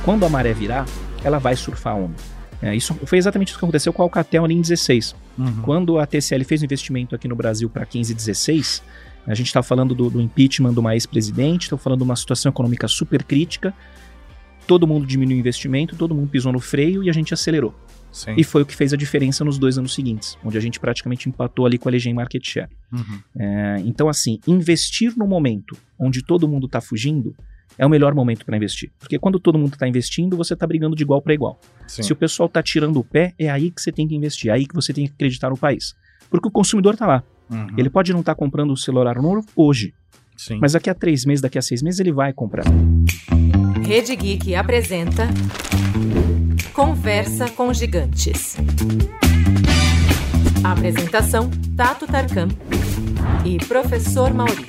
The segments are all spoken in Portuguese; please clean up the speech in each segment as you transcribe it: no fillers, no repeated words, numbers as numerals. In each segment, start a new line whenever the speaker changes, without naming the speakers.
Quando a maré virar, ela vai surfar a onda. Isso foi exatamente isso que aconteceu com a Alcatel ali em 16. Quando a TCL fez um investimento aqui no Brasil para 15 e 16, a gente está falando do impeachment de uma ex-presidente, estamos falando de uma situação econômica super crítica, todo mundo diminuiu o investimento, todo mundo pisou no freio e a gente acelerou.
Sim.
E foi o que fez a diferença nos 2 anos seguintes, onde a gente praticamente empatou ali com a Legend Market Share. Então, assim, investir no momento onde todo mundo está fugindo é o melhor momento para investir. Porque quando todo mundo está investindo, você está brigando de igual para igual.
Sim.
Se o pessoal está tirando o pé, é aí que você tem que investir, é aí que você tem que acreditar no país. Porque o consumidor está lá. Ele pode não estar comprando um celular novo hoje,
Sim.
mas daqui a 3 meses, daqui a 6 meses, ele vai comprar.
Rede Geek apresenta Conversa com Gigantes. Apresentação: Tato Tarkan e Professor Mauri.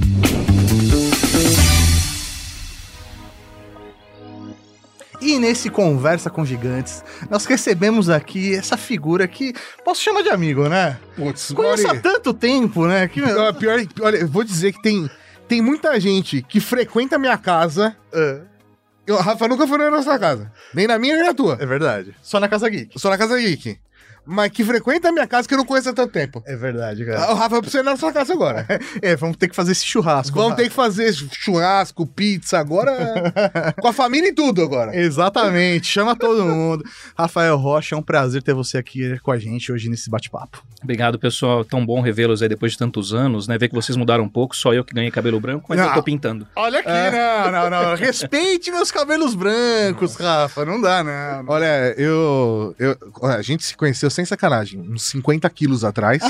E nesse Conversa com Gigantes, nós recebemos aqui essa figura que posso chamar de amigo, né?
Putz,
Conheço há tanto tempo, né? Que...
Pior, olha, eu vou dizer que tem muita gente que frequenta a minha casa. Rafa nunca foi na nossa casa. Nem na minha, nem na tua.
É verdade. Só na Casa Geek.
Só na Casa Geek. Mas que frequenta a minha casa que eu não conheço há tanto tempo.
É verdade, cara.
O Rafa vai precisar ir na nossa casa agora.
Vamos ter que fazer esse churrasco.
Vamos ter que fazer churrasco, pizza, agora com a família e tudo agora.
Exatamente, chama todo mundo. Rafael Rocha, é um prazer ter você aqui com a gente hoje nesse bate-papo.
Obrigado, pessoal. Tão bom revê-los aí depois de tantos anos, né? Ver que vocês mudaram um pouco, só eu que ganhei cabelo branco, mas eu tô pintando.
Olha aqui, não. Respeite meus cabelos brancos, Rafa. Não dá, não.
Olha, a gente se conheceu sem sacanagem, uns 50 quilos atrás.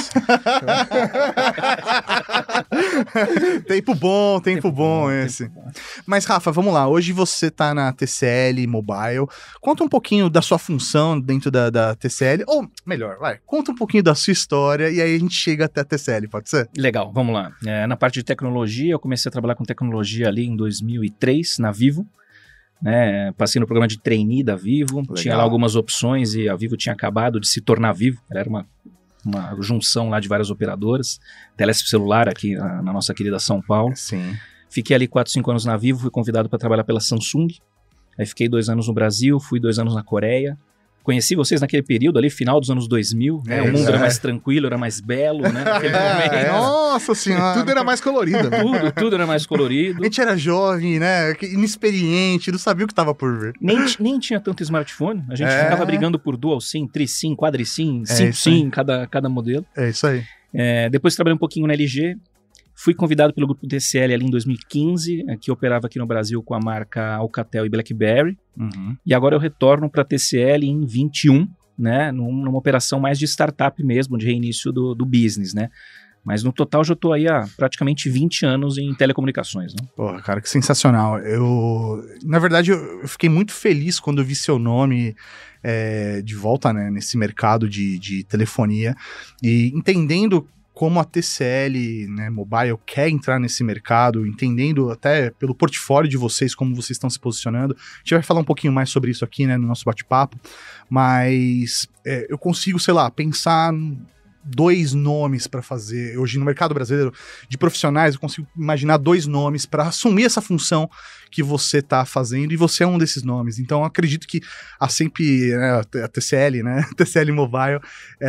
Tempo bom esse. Mas, Rafa, vamos lá. Hoje você tá na TCL Mobile. Conta um pouquinho da sua função dentro da TCL. Ou, melhor, conta um pouquinho da sua história e aí a gente chega até a TCL, pode ser?
Legal, vamos lá. Na parte de tecnologia, eu comecei a trabalhar com tecnologia ali em 2003, na Vivo. Passei no programa de trainee da Vivo. Legal. Tinha lá algumas opções e a Vivo tinha acabado de se tornar Vivo. Ela era uma junção lá de várias operadoras. Telesp celular aqui na nossa querida São Paulo.
Sim.
Fiquei ali 4, 5 anos na Vivo, fui convidado para trabalhar pela Samsung. Aí fiquei 2 anos no Brasil, fui 2 anos na Coreia. Conheci vocês naquele período ali, final dos anos 2000, né? O mundo era mais tranquilo, era mais belo, né? Naquele momento.
Nossa senhora!
Tudo era mais colorido.
Tudo era mais colorido.
A gente era jovem, né? Inexperiente, não sabia o que estava por vir.
Nem tinha tanto smartphone. A gente ficava brigando por dual SIM, tri-SIM, quadri-SIM, 5SIM, cada modelo.
É isso aí.
Depois trabalhei um pouquinho na LG. Fui convidado pelo grupo TCL ali em 2015, que operava aqui no Brasil com a marca Alcatel e BlackBerry. E agora eu retorno para a TCL em 21, né, numa operação mais de startup mesmo, de reinício do business, né? Mas no total já estou aí há praticamente 20 anos em telecomunicações, né?
Porra, cara, que sensacional. Na verdade, eu fiquei muito feliz quando eu vi seu nome de volta, né, nesse mercado de telefonia e entendendo como a TCL, né, Mobile quer entrar nesse mercado, entendendo até pelo portfólio de vocês, como vocês estão se posicionando. A gente vai falar um pouquinho mais sobre isso aqui, né, no nosso bate-papo, mas eu consigo, sei lá, pensar 2 nomes para fazer. Hoje no mercado brasileiro de profissionais, eu consigo imaginar 2 nomes para assumir essa função que você está fazendo, e você é um desses nomes. Então, eu acredito que a TCL, né, TCL Mobile,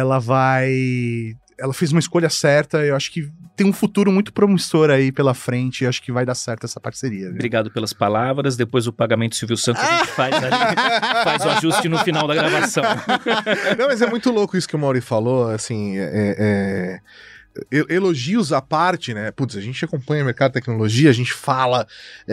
ela fez uma escolha certa. Eu acho que tem um futuro muito promissor aí pela frente. Eu acho que vai dar certo essa parceria. Viu?
Obrigado pelas palavras. Depois o pagamento Silvio Santos a gente faz o ajuste no final da gravação.
Não, mas é muito louco isso que o Mauri falou, assim, elogios à parte, né? Putz, a gente acompanha o mercado de tecnologia, a gente fala,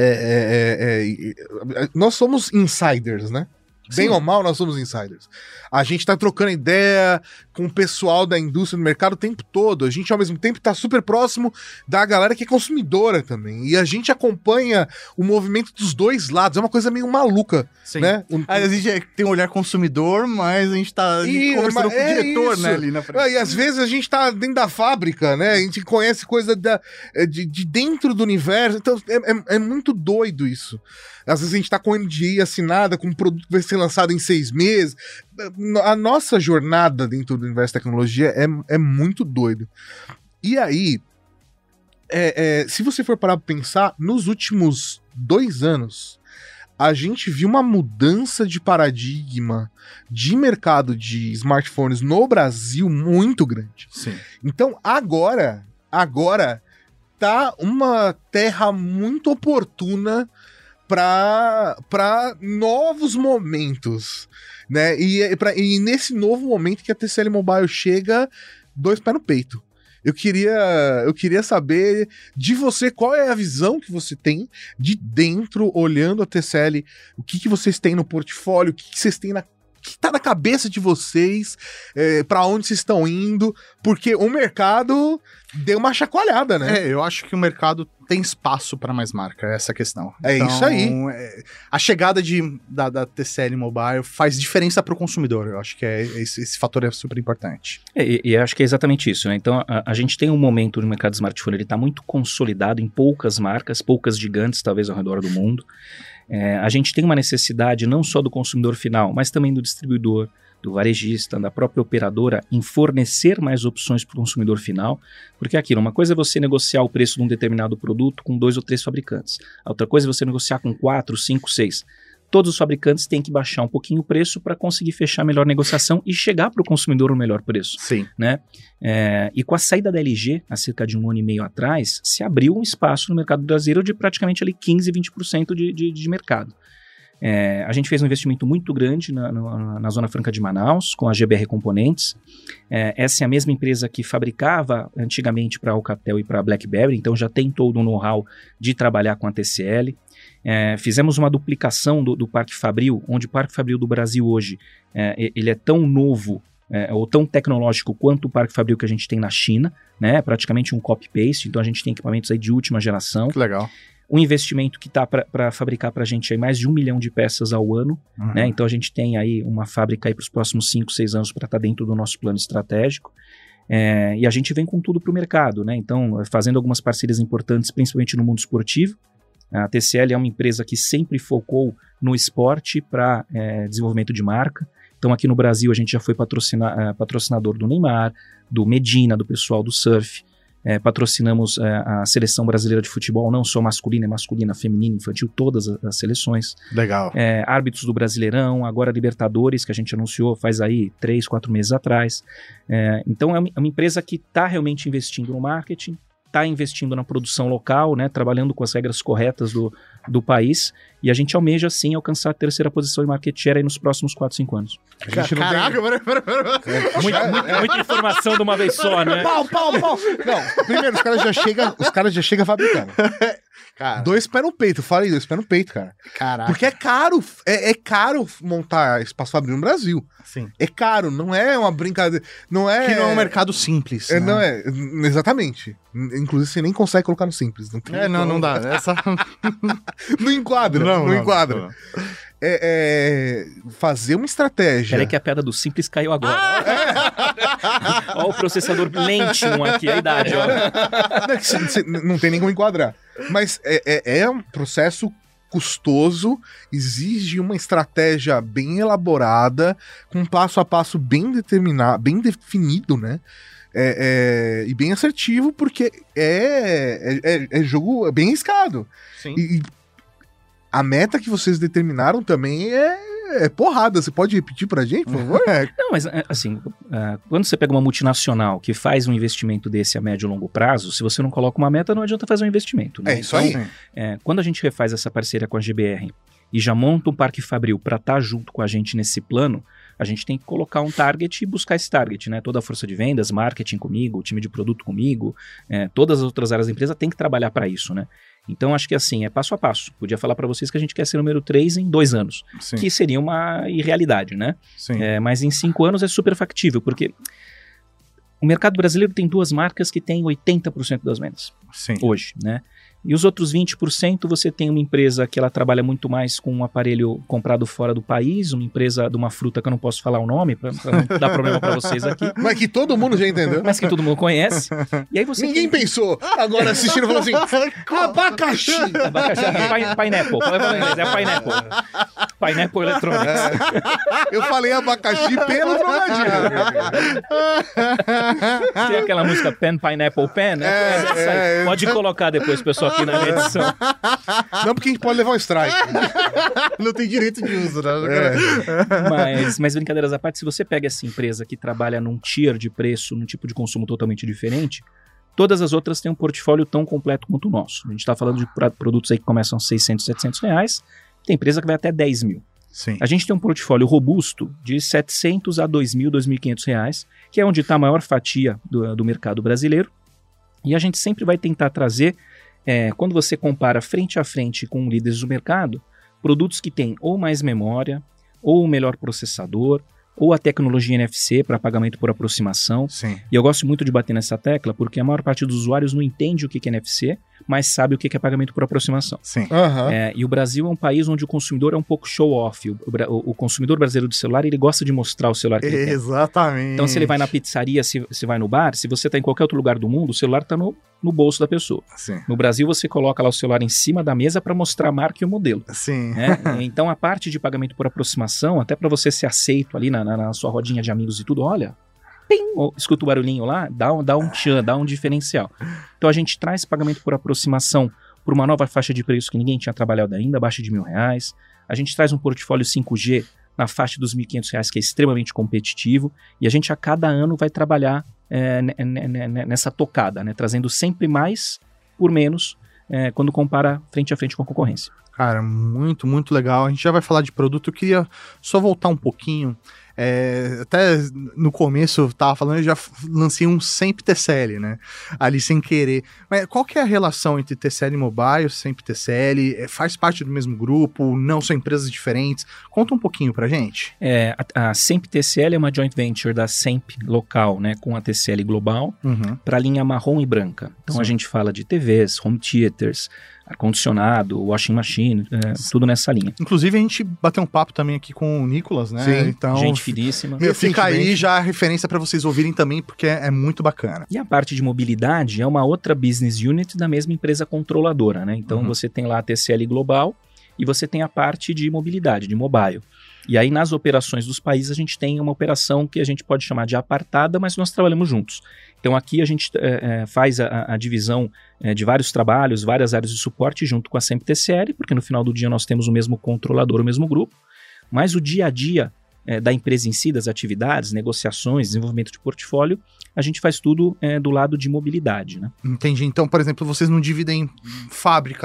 nós somos insiders, né? Bem ou mal, nós somos insiders. A gente tá trocando ideia com o pessoal da indústria, do mercado o tempo todo. A gente, ao mesmo tempo, tá super próximo da galera que é consumidora também. E a gente acompanha o movimento dos 2 lados. É uma coisa meio maluca, né?
A gente tem um olhar consumidor, mas a gente tá conversando com o diretor, né, ali na frente.
E às vezes a gente tá dentro da fábrica, né? A gente conhece coisa de dentro do universo. Então, é muito doido isso. Às vezes a gente tá com NDA assinada, com um produto que vai ser lançado em 6 meses. A nossa jornada dentro do universo de tecnologia é muito doido. E aí, se você for parar pra pensar, nos últimos 2 anos, a gente viu uma mudança de paradigma de mercado de smartphones no Brasil muito grande.
Sim.
Então, agora tá uma terra muito oportuna para novos momentos, né? E nesse novo momento que a TCL Mobile chega, 2 pés no peito. Eu queria saber de você qual é a visão que você tem de dentro, olhando a TCL, o que vocês têm no portfólio, o que vocês têm que tá na cabeça de vocês, para onde vocês estão indo, porque o mercado deu uma chacoalhada, né?
Eu acho que o mercado tem espaço para mais marca, essa é a questão.
Isso aí.
A chegada da TCL Mobile faz diferença para o consumidor, eu acho que esse fator é super importante.
E acho que é exatamente isso, né? Então, a gente tem um momento no mercado de smartphone, ele está muito consolidado em poucas marcas, poucas gigantes, talvez, ao redor do mundo. A gente tem uma necessidade não só do consumidor final, mas também do distribuidor, do varejista, da própria operadora em fornecer mais opções para o consumidor final, porque aquilo, uma coisa é você negociar o preço de um determinado produto com 2 ou 3 fabricantes, a outra coisa é você negociar com 4, 5, 6. Todos os fabricantes têm que baixar um pouquinho o preço para conseguir fechar a melhor negociação e chegar para o consumidor o melhor preço.
Sim.
Né? E com a saída da LG, há cerca de 1 ano e meio atrás, se abriu um espaço no mercado brasileiro de praticamente ali 15, 20% de mercado. A gente fez um investimento muito grande na Zona Franca de Manaus, com a GBR Componentes. Essa é a mesma empresa que fabricava antigamente para a Alcatel e para a BlackBerry, então já tem todo o know-how de trabalhar com a TCL. Fizemos uma duplicação do Parque Fabril, onde o Parque Fabril do Brasil hoje ele é tão novo ou tão tecnológico quanto o Parque Fabril que a gente tem na China, né? Praticamente um copy-paste, então a gente tem equipamentos aí de última geração.
Que legal.
Um investimento que está para fabricar para a gente aí mais de 1 milhão de peças ao ano, né? Então a gente tem aí uma fábrica para os próximos 5, 6 anos para estar dentro do nosso plano estratégico. E a gente vem com tudo para o mercado, né? Então fazendo algumas parcerias importantes, principalmente no mundo esportivo. A TCL é uma empresa que sempre focou no esporte para desenvolvimento de marca. Então aqui no Brasil a gente já foi patrocinador do Neymar, do Medina, do pessoal do surf. Patrocinamos a seleção brasileira de futebol, não só masculina, feminina, infantil, todas as seleções.
Legal.
Árbitros do Brasileirão, agora Libertadores, que a gente anunciou faz aí 3, 4 meses atrás. Então é uma empresa que está realmente investindo no marketing, está investindo na produção local, né, trabalhando com as regras corretas do país, e a gente almeja, sim, alcançar a 3ª posição em market share aí nos próximos 4, 5 anos.
Caraca,
Muita informação de uma vez só, né?
Pau! Não, primeiro, os caras já chegam fabricando.
Cara.
2 pés no peito, falei 2 pés no peito, cara.
Caraca.
Porque é caro, é caro montar espaço fabril no Brasil.
Sim.
É caro, não é uma brincadeira.
Que não é um mercado simples. Né?
Não é, exatamente. Inclusive, você nem consegue colocar no simples.
Não dá.
Não enquadra, não enquadra. Fazer uma estratégia.
Peraí que a pedra do simples caiu agora. Olha o processador lentinho aqui, a idade, ó.
Não tem nem como enquadrar. Mas é um processo custoso, exige uma estratégia bem elaborada, com um passo a passo bem determinado, bem definido, né? E bem assertivo, porque é jogo bem arriscado.
Sim.
E a meta que vocês determinaram também é porrada. Você pode repetir pra gente, por favor?
Não, mas assim, quando você pega uma multinacional que faz um investimento desse a médio e longo prazo, se você não coloca uma meta, não adianta fazer um investimento. Né?
É isso aí.
Quando a gente refaz essa parceria com a GBR e já monta um Parque Fabril para estar junto com a gente nesse plano, a gente tem que colocar um target e buscar esse target, né? Toda a força de vendas, marketing comigo, o time de produto comigo, todas as outras áreas da empresa tem que trabalhar para isso, né? Então, acho que assim, é passo a passo. Podia falar para vocês que a gente quer ser número 3 em 2 anos,
Sim.
que seria uma irrealidade, né?
Sim.
Mas em 5 anos é super factível, porque o mercado brasileiro tem 2 marcas que têm 80% das vendas hoje, né? E os outros 20% você tem uma empresa que ela trabalha muito mais com um aparelho comprado fora do país, uma empresa de uma fruta que eu não posso falar o nome, para não dar problema para vocês aqui.
Mas que todo mundo já entendeu.
Mas que todo mundo conhece. E aí você
Ninguém pensou, agora assistindo, falou assim, abacaxi.
Pineapple. É Pineapple. Pineapple Electronics.
Eu falei abacaxi pelo trocadilho.
Tem aquela música Pen, Pineapple, Pen, né? Pode colocar depois, pessoal, aqui na edição.
Não, porque a gente pode levar um strike.
Não tem direito de uso, né?
Mas brincadeiras à parte, se você pega essa empresa que trabalha num tier de preço, num tipo de consumo totalmente diferente, todas as outras têm um portfólio tão completo quanto o nosso. A gente está falando de produtos aí que começam a 600, 700 reais, tem empresa que vai até 10 mil.
Sim.
A gente tem um portfólio robusto de 700 a 2.000, 2.500 reais, que é onde está a maior fatia do mercado brasileiro. E a gente sempre vai tentar trazer, quando você compara frente a frente com líderes do mercado, produtos que têm ou mais memória, ou o melhor processador, ou a tecnologia NFC para pagamento por aproximação.
Sim.
E eu gosto muito de bater nessa tecla porque a maior parte dos usuários não entende o que é NFC, mas sabe o que é pagamento por aproximação.
Sim.
Uhum.
E o Brasil é um país onde o consumidor é um pouco show-off. O consumidor brasileiro de celular, ele gosta de mostrar o celular que ele tem.
Exatamente.
Então, se ele vai na pizzaria, se vai no bar, se você está em qualquer outro lugar do mundo, o celular está no bolso da pessoa.
Sim.
No Brasil, você coloca lá o celular em cima da mesa para mostrar a marca e o modelo.
Sim.
Então, a parte de pagamento por aproximação, até para você ser aceito ali na sua rodinha de amigos e tudo, olha, pim, escuta o barulhinho lá, dá um tchan, dá um diferencial. Então, a gente traz pagamento por aproximação por uma nova faixa de preço que ninguém tinha trabalhado ainda, abaixo de R$1.000. A gente traz um portfólio 5G na faixa dos R$1.500, que é extremamente competitivo, e a gente a cada ano vai trabalhar nessa tocada, né? Trazendo sempre mais por menos quando compara frente a frente com a concorrência.
Cara, muito, muito legal. A gente já vai falar de produto. Eu queria só voltar um pouquinho. Até no começo eu tava falando, eu já lancei um SEMP TCL, né? Ali sem querer. Mas qual que é a relação entre TCL e Mobile, SEMP TCL? Faz parte do mesmo grupo? Não, são empresas diferentes? Conta um pouquinho pra gente.
A SEMP TCL é uma joint venture da SEMP local, né? Com a TCL global, para a linha marrom e branca. Então
Sim.
a gente fala de TVs, home theaters, ar-condicionado, washing machine, tudo nessa linha.
Inclusive, a gente bateu um papo também aqui com o Nicolas, né?
Sim,
então,
gente finíssima.
Fica aí já a referência para vocês ouvirem também, porque é muito bacana.
E a parte de mobilidade é uma outra business unit da mesma empresa controladora, né? Então você tem lá a TCL Global e você tem a parte de mobilidade, de mobile. E aí nas operações dos países a gente tem uma operação que a gente pode chamar de apartada, mas nós trabalhamos juntos. Então aqui a gente faz a divisão de vários trabalhos, várias áreas de suporte junto com a SEMP TCL, porque no final do dia nós temos o mesmo controlador, o mesmo grupo, mas o dia a dia da empresa em si, das atividades, negociações, desenvolvimento de portfólio, a gente faz tudo do lado de mobilidade, né?
Entendi. Então, por exemplo, vocês não dividem fábrica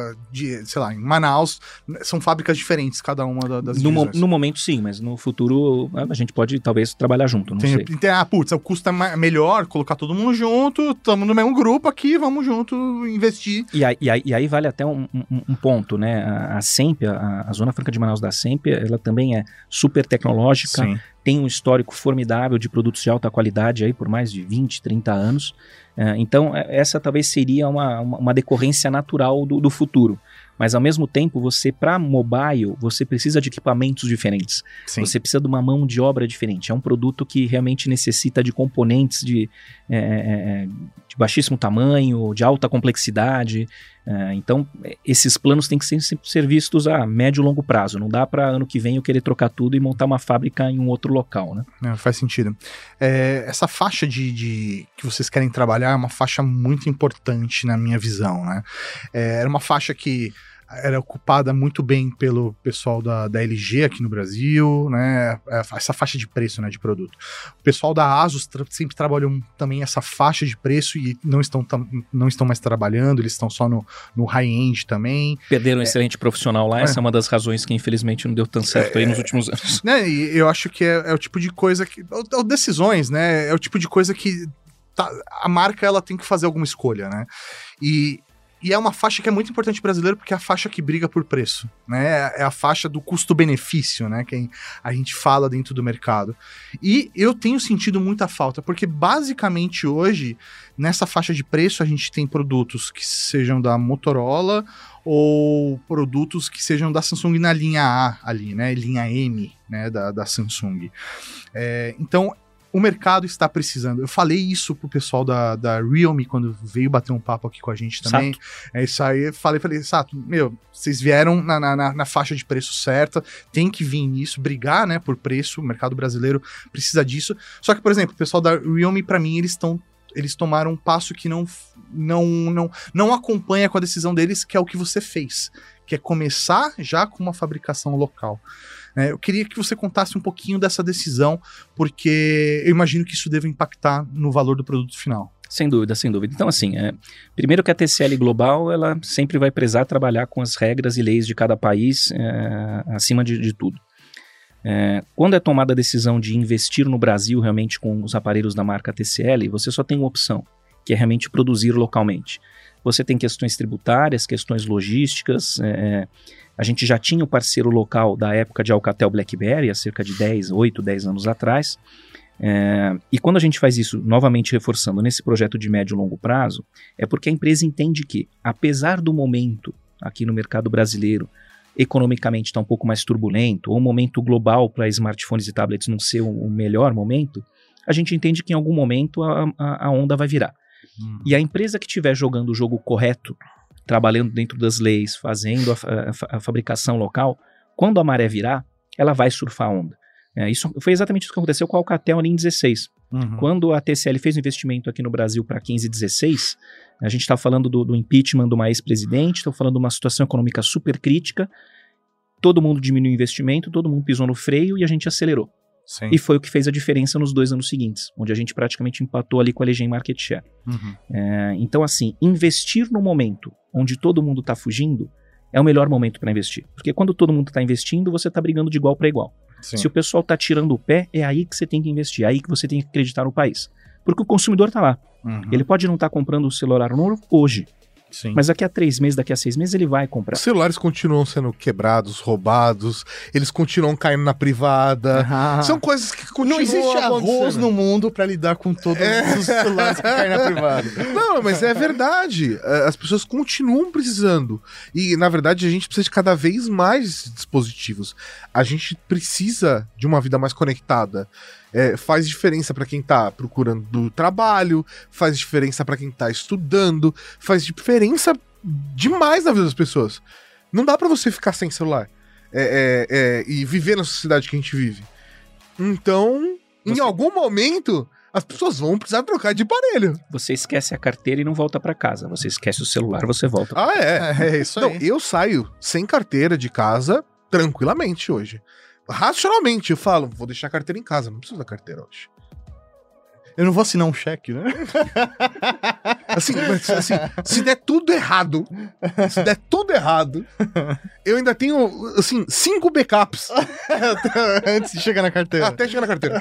em Manaus, são fábricas diferentes, cada uma das divisões.
No momento, sim, mas no futuro a gente pode, talvez, trabalhar junto, não sei.
O custo é melhor colocar todo mundo junto, estamos no mesmo grupo aqui, vamos junto investir.
E aí vale até um ponto, né? A SEMP, a Zona Franca de Manaus da SEMP, ela também é super tecnológica,
Sim.
Tem um histórico formidável de produtos de alta qualidade aí por mais de 20, 30 anos. Então, essa talvez seria uma decorrência natural do futuro. Mas, ao mesmo tempo, para mobile, você precisa de equipamentos diferentes.
Sim.
Você precisa de uma mão de obra diferente. É um produto que realmente necessita de componentes de baixíssimo tamanho, de alta complexidade. Então, esses planos têm que sempre ser vistos a médio e longo prazo. Não dá para ano que vem eu querer trocar tudo e montar uma fábrica em um outro local, né?
Faz sentido. Essa faixa que vocês querem trabalhar é uma faixa muito importante na minha visão, né? Era uma faixa que era ocupada muito bem pelo pessoal da LG aqui no Brasil, né? Essa faixa de preço, né, de produto. O pessoal da ASUS sempre trabalhou também essa faixa de preço e não estão mais trabalhando, eles estão só no high-end também.
Perderam um excelente profissional lá, essa é uma das razões que infelizmente não deu tanto certo aí nos últimos anos.
Né, e eu acho que é o tipo de coisa que... decisões, né? É o tipo de coisa que a marca ela tem que fazer alguma escolha, né? E é uma faixa que é muito importante brasileiro porque é a faixa que briga por preço, né? É a faixa do custo-benefício, né? Que a gente fala dentro do mercado. E eu tenho sentido muita falta, porque basicamente hoje, nessa faixa de preço, a gente tem produtos que sejam da Motorola ou produtos que sejam da Samsung na linha A ali, né? Linha M, né? Da Samsung. Então, o mercado está precisando. Eu falei isso pro pessoal da Realme quando veio bater um papo aqui com a gente também.
Sato.
Isso aí, falei, Sato, vocês vieram na faixa de preço certa, tem que vir nisso, brigar, né, por preço, o mercado brasileiro precisa disso. Só que, por exemplo, o pessoal da Realme, para mim, eles estão eles tomaram um passo que não acompanha com a decisão deles, que é o que você fez, que é começar já com uma fabricação local. Eu queria que você contasse um pouquinho dessa decisão, porque eu imagino que isso deva impactar no valor do produto final.
Sem dúvida, sem dúvida. Então, assim, primeiro que a TCL Global, ela sempre vai prezar trabalhar com as regras e leis de cada país acima de tudo. Quando é tomada a decisão de investir no Brasil realmente com os aparelhos da marca TCL, você só tem uma opção, que é realmente produzir localmente. Você tem questões tributárias, questões logísticas. A gente já tinha o parceiro local da época de Alcatel BlackBerry, há cerca de 8, 10 anos atrás. E quando a gente faz isso, novamente reforçando, nesse projeto de médio e longo prazo, é porque a empresa entende que, apesar do momento aqui no mercado brasileiro, economicamente está um pouco mais turbulento, ou o momento global para smartphones e tablets não ser o melhor momento, a gente entende que em algum momento a onda vai virar. E a empresa que estiver jogando o jogo correto, trabalhando dentro das leis, fazendo a fabricação local, quando a maré virar, ela vai surfar a onda. Isso foi exatamente isso que aconteceu com a Alcatel ali em 16. Quando a TCL fez um investimento aqui no Brasil para 15 e 16, a gente está falando do impeachment de uma ex-presidente, está falando de uma situação econômica super crítica, todo mundo diminuiu o investimento, todo mundo pisou no freio e a gente acelerou.
Sim.
E foi o que fez a diferença nos 2 anos seguintes, onde a gente praticamente empatou ali com a LG em market share. Então, assim, investir no momento onde todo mundo está fugindo é o melhor momento para investir. Porque quando todo mundo está investindo, você está brigando de igual para igual.
Sim.
Se o pessoal está tirando o pé, é aí que você tem que investir, é aí que você tem que acreditar no país. Porque o consumidor está lá. Ele pode não estar comprando o celular novo hoje,
Sim.
mas daqui a 3 meses, daqui a 6 meses, ele vai comprar.
Os celulares continuam sendo quebrados, roubados, eles continuam caindo na privada. São coisas que continuam
Não existe arroz
acontecendo.
no mundo pra lidar com todos os celulares que caem na privada.
Não, mas é verdade. As pessoas continuam precisando. E, na verdade, a gente precisa de cada vez mais dispositivos. A gente precisa de uma vida mais conectada. Faz diferença para quem tá procurando trabalho, faz diferença para quem tá estudando, faz diferença demais na vida das pessoas. Não dá para você ficar sem celular e viver na sociedade que a gente vive. Então, em algum momento, as pessoas vão precisar trocar de aparelho.
Você esquece a carteira e não volta para casa. Você esquece o celular, você volta.
É
isso
Não,
aí.
eu saio sem carteira de casa tranquilamente hoje. Racionalmente, eu falo, vou deixar a carteira em casa, não preciso da carteira hoje.
Eu não vou assinar um cheque, né?
Assim, se der tudo errado, eu ainda tenho, assim, 5 backups.
Antes de chegar na carteira.
Até chegar na carteira.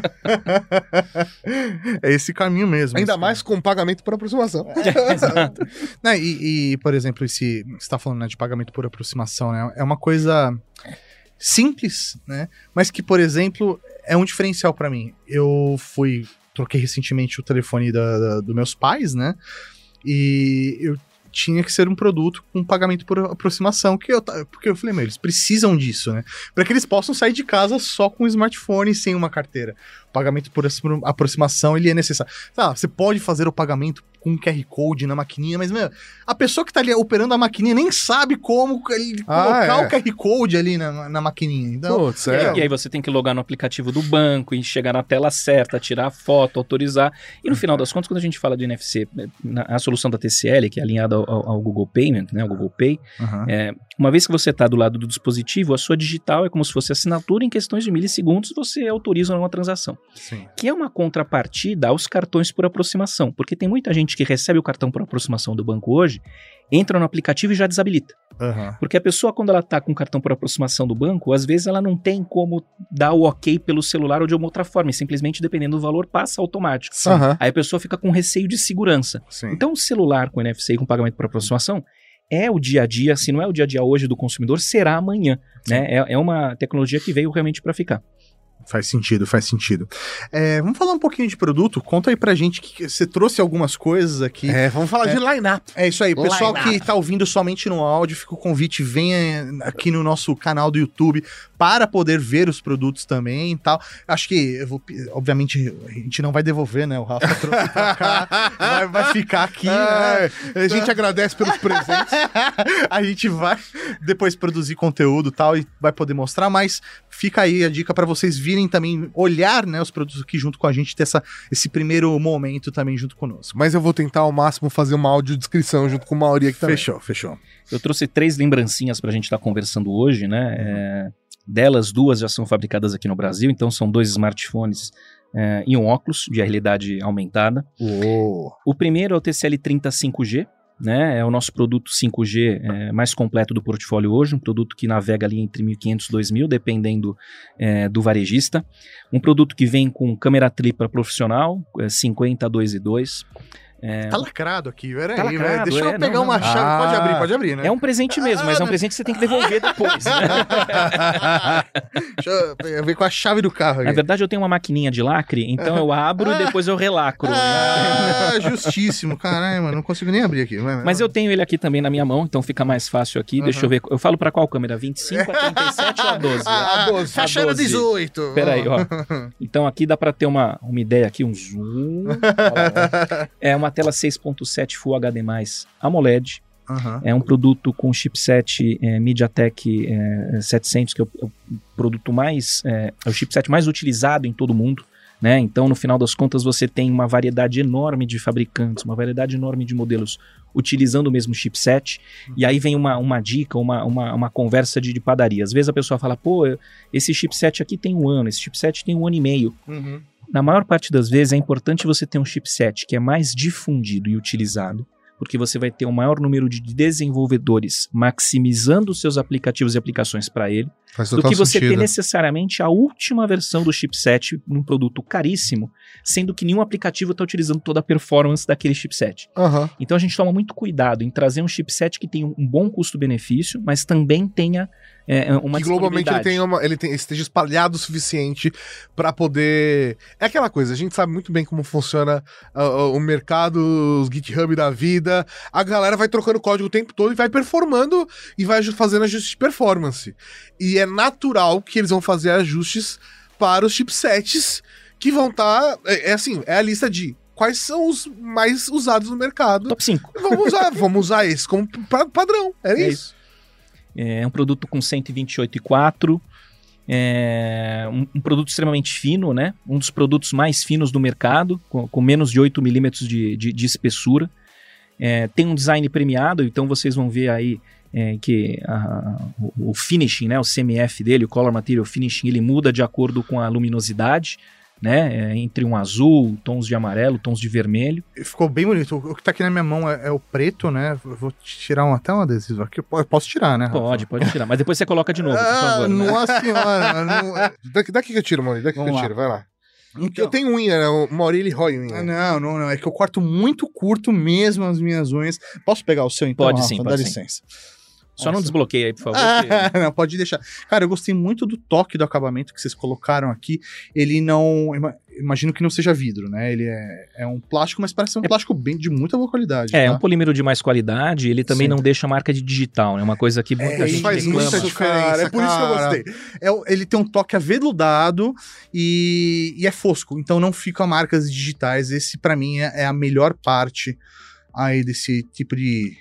É esse caminho mesmo.
Ainda mais com pagamento por aproximação.
Exato.
Né, e, por exemplo, você está falando, né, de pagamento por aproximação, né? É uma coisa simples, né? Mas que, por exemplo, é um diferencial pra mim. Troquei recentemente o telefone dos meus pais, né? E eu tinha que ser um produto com pagamento por aproximação, porque eu falei, eles precisam disso, né? Para que eles possam sair de casa só com um smartphone sem uma carteira. O pagamento por aproximação, ele é necessário. Tá, você pode fazer o pagamento com um QR Code na maquininha, mas, a pessoa que tá ali operando a maquininha nem sabe como colocar o QR Code ali na maquininha. Então,
Putz,
E aí você tem que logar no aplicativo do banco e chegar na tela certa, tirar a foto, autorizar. E no final das contas, quando a gente fala de NFC, a solução da TCL, que é alinhada ao Google Payment, né, ao Google Pay, uma vez que você está do lado do dispositivo, a sua digital é como se fosse assinatura, em questões de milissegundos você autoriza uma transação.
Sim.
Que é uma contrapartida aos cartões por aproximação, porque tem muita gente que recebe o cartão por aproximação do banco hoje, entra no aplicativo e já desabilita. Porque a pessoa, quando ela está com o cartão por aproximação do banco, às vezes ela não tem como dar o ok pelo celular ou de uma outra forma, e simplesmente, dependendo do valor, passa automático. Aí a pessoa fica com receio de segurança.
Sim.
Então o celular com NFC e com pagamento por aproximação é o dia a dia, se não é o dia a dia hoje do consumidor, será amanhã. Né? É uma tecnologia que veio realmente para ficar.
Faz sentido. Vamos falar um pouquinho de produto? Conta aí pra gente que você trouxe algumas coisas aqui.
Vamos falar de line-up.
É isso aí, pessoal que tá ouvindo somente no áudio, fica o convite, venha aqui no nosso canal do YouTube para poder ver os produtos também e tal. Acho que, obviamente, a gente não vai devolver, né? O Rafa trouxe pra cá, vai ficar aqui. Né?
A gente agradece pelos presentes.
A gente vai depois produzir conteúdo e tal e vai poder mostrar, mas fica aí a dica para vocês virem virem também olhar, né, os produtos aqui junto com a gente, ter esse primeiro momento também junto conosco.
Mas eu vou tentar ao máximo fazer uma audiodescrição junto com o Mauri aqui também.
Fechou.
Eu trouxe 3 lembrancinhas pra gente estar conversando hoje, né? Delas, 2 já são fabricadas aqui no Brasil, então são 2 smartphones e um óculos de realidade aumentada. O primeiro é o TCL 30 5G, né? É o nosso produto 5G mais completo do portfólio hoje, um produto que navega ali entre 1.500 e 2.000, dependendo do varejista. Um produto que vem com câmera tripla profissional, 50, 2:2.
Tá lacrado aqui, peraí.
Tá lacrado,
deixa eu pegar uma chave. Pode abrir, né?
É um presente mesmo, mas é um presente que você tem que devolver depois.
Deixa eu ver com a chave do carro aqui.
Na verdade, eu tenho uma maquininha de lacre, então eu abro e depois eu relacro.
Justíssimo. Caralho, mano, não consigo nem abrir aqui.
Mas eu tenho ele aqui também na minha mão, então fica mais fácil aqui. Deixa eu ver. Eu falo pra qual câmera? 25, a 37 ou a 12?
A 12. Fechando a 18.
Peraí, ó. Então aqui dá pra ter uma ideia aqui, um zoom. É uma tela 6.7 Full HD+, AMOLED. É um produto com chipset MediaTek 700, que é o produto mais... é o chipset mais utilizado em todo o mundo, né? Então, no final das contas, você tem uma variedade enorme de fabricantes, uma variedade enorme de modelos utilizando o mesmo chipset, e aí vem uma dica, uma conversa de padaria. Às vezes a pessoa fala, pô, esse chipset aqui tem 1 ano, esse chipset tem 1 ano e meio. Na maior parte das vezes é importante você ter um chipset que é mais difundido e utilizado, porque você vai ter um maior número de desenvolvedores maximizando os seus aplicativos e aplicações para ele, do que você ter necessariamente a última versão do chipset num produto caríssimo, sendo que nenhum aplicativo está utilizando toda a performance daquele chipset. Então a gente toma muito cuidado em trazer um chipset que tenha um bom custo-benefício, mas também tenha uma
que globalmente ele esteja espalhado o suficiente para poder... É aquela coisa, a gente sabe muito bem como funciona o mercado, os GitHub da vida, a galera vai trocando código o tempo todo e vai performando e vai fazendo ajustes de performance. E é natural que eles vão fazer ajustes para os chipsets que vão estar... é a lista de quais são os mais usados no mercado.
Top 5.
Vamos usar esse como padrão. É isso.
É um produto com 128,4, um produto extremamente fino, né? Um dos produtos mais finos do mercado, com menos de 8 milímetros de espessura. Tem um design premiado, então vocês vão ver aí que o finishing, né? O CMF dele, o Color Material Finishing, ele muda de acordo com a luminosidade, né? Entre um azul, tons de amarelo, tons de vermelho.
Ficou bem bonito. O que tá aqui na minha mão é o preto, né? Eu vou tirar até um adesivo aqui. Eu posso tirar, né?
Pode tirar. Mas depois você coloca de novo, por favor.
Nossa senhora.
Daqui que eu tiro, Mauri. Daqui que eu tiro. Vai lá.
Então,
eu tenho unha, né? O Mauri, ele rói unha.
Não. É que eu corto muito curto mesmo as minhas unhas. Posso pegar o seu, então?
Pode sim,
dá licença.
Só não desbloqueia aí, por favor.
Não, pode deixar. Cara, eu gostei muito do toque do acabamento que vocês colocaram aqui. Ele não... Imagino que não seja vidro, né? Ele é um plástico, mas parece um plástico de muita boa qualidade.
É um polímero de mais qualidade. Ele também não deixa marca de digital, né? Uma coisa que muita gente
faz muita diferença, cara.
É por isso que eu gostei. Ele tem um toque aveludado e é fosco. Então não fica marcas digitais. Esse, pra mim, é a melhor parte aí desse tipo de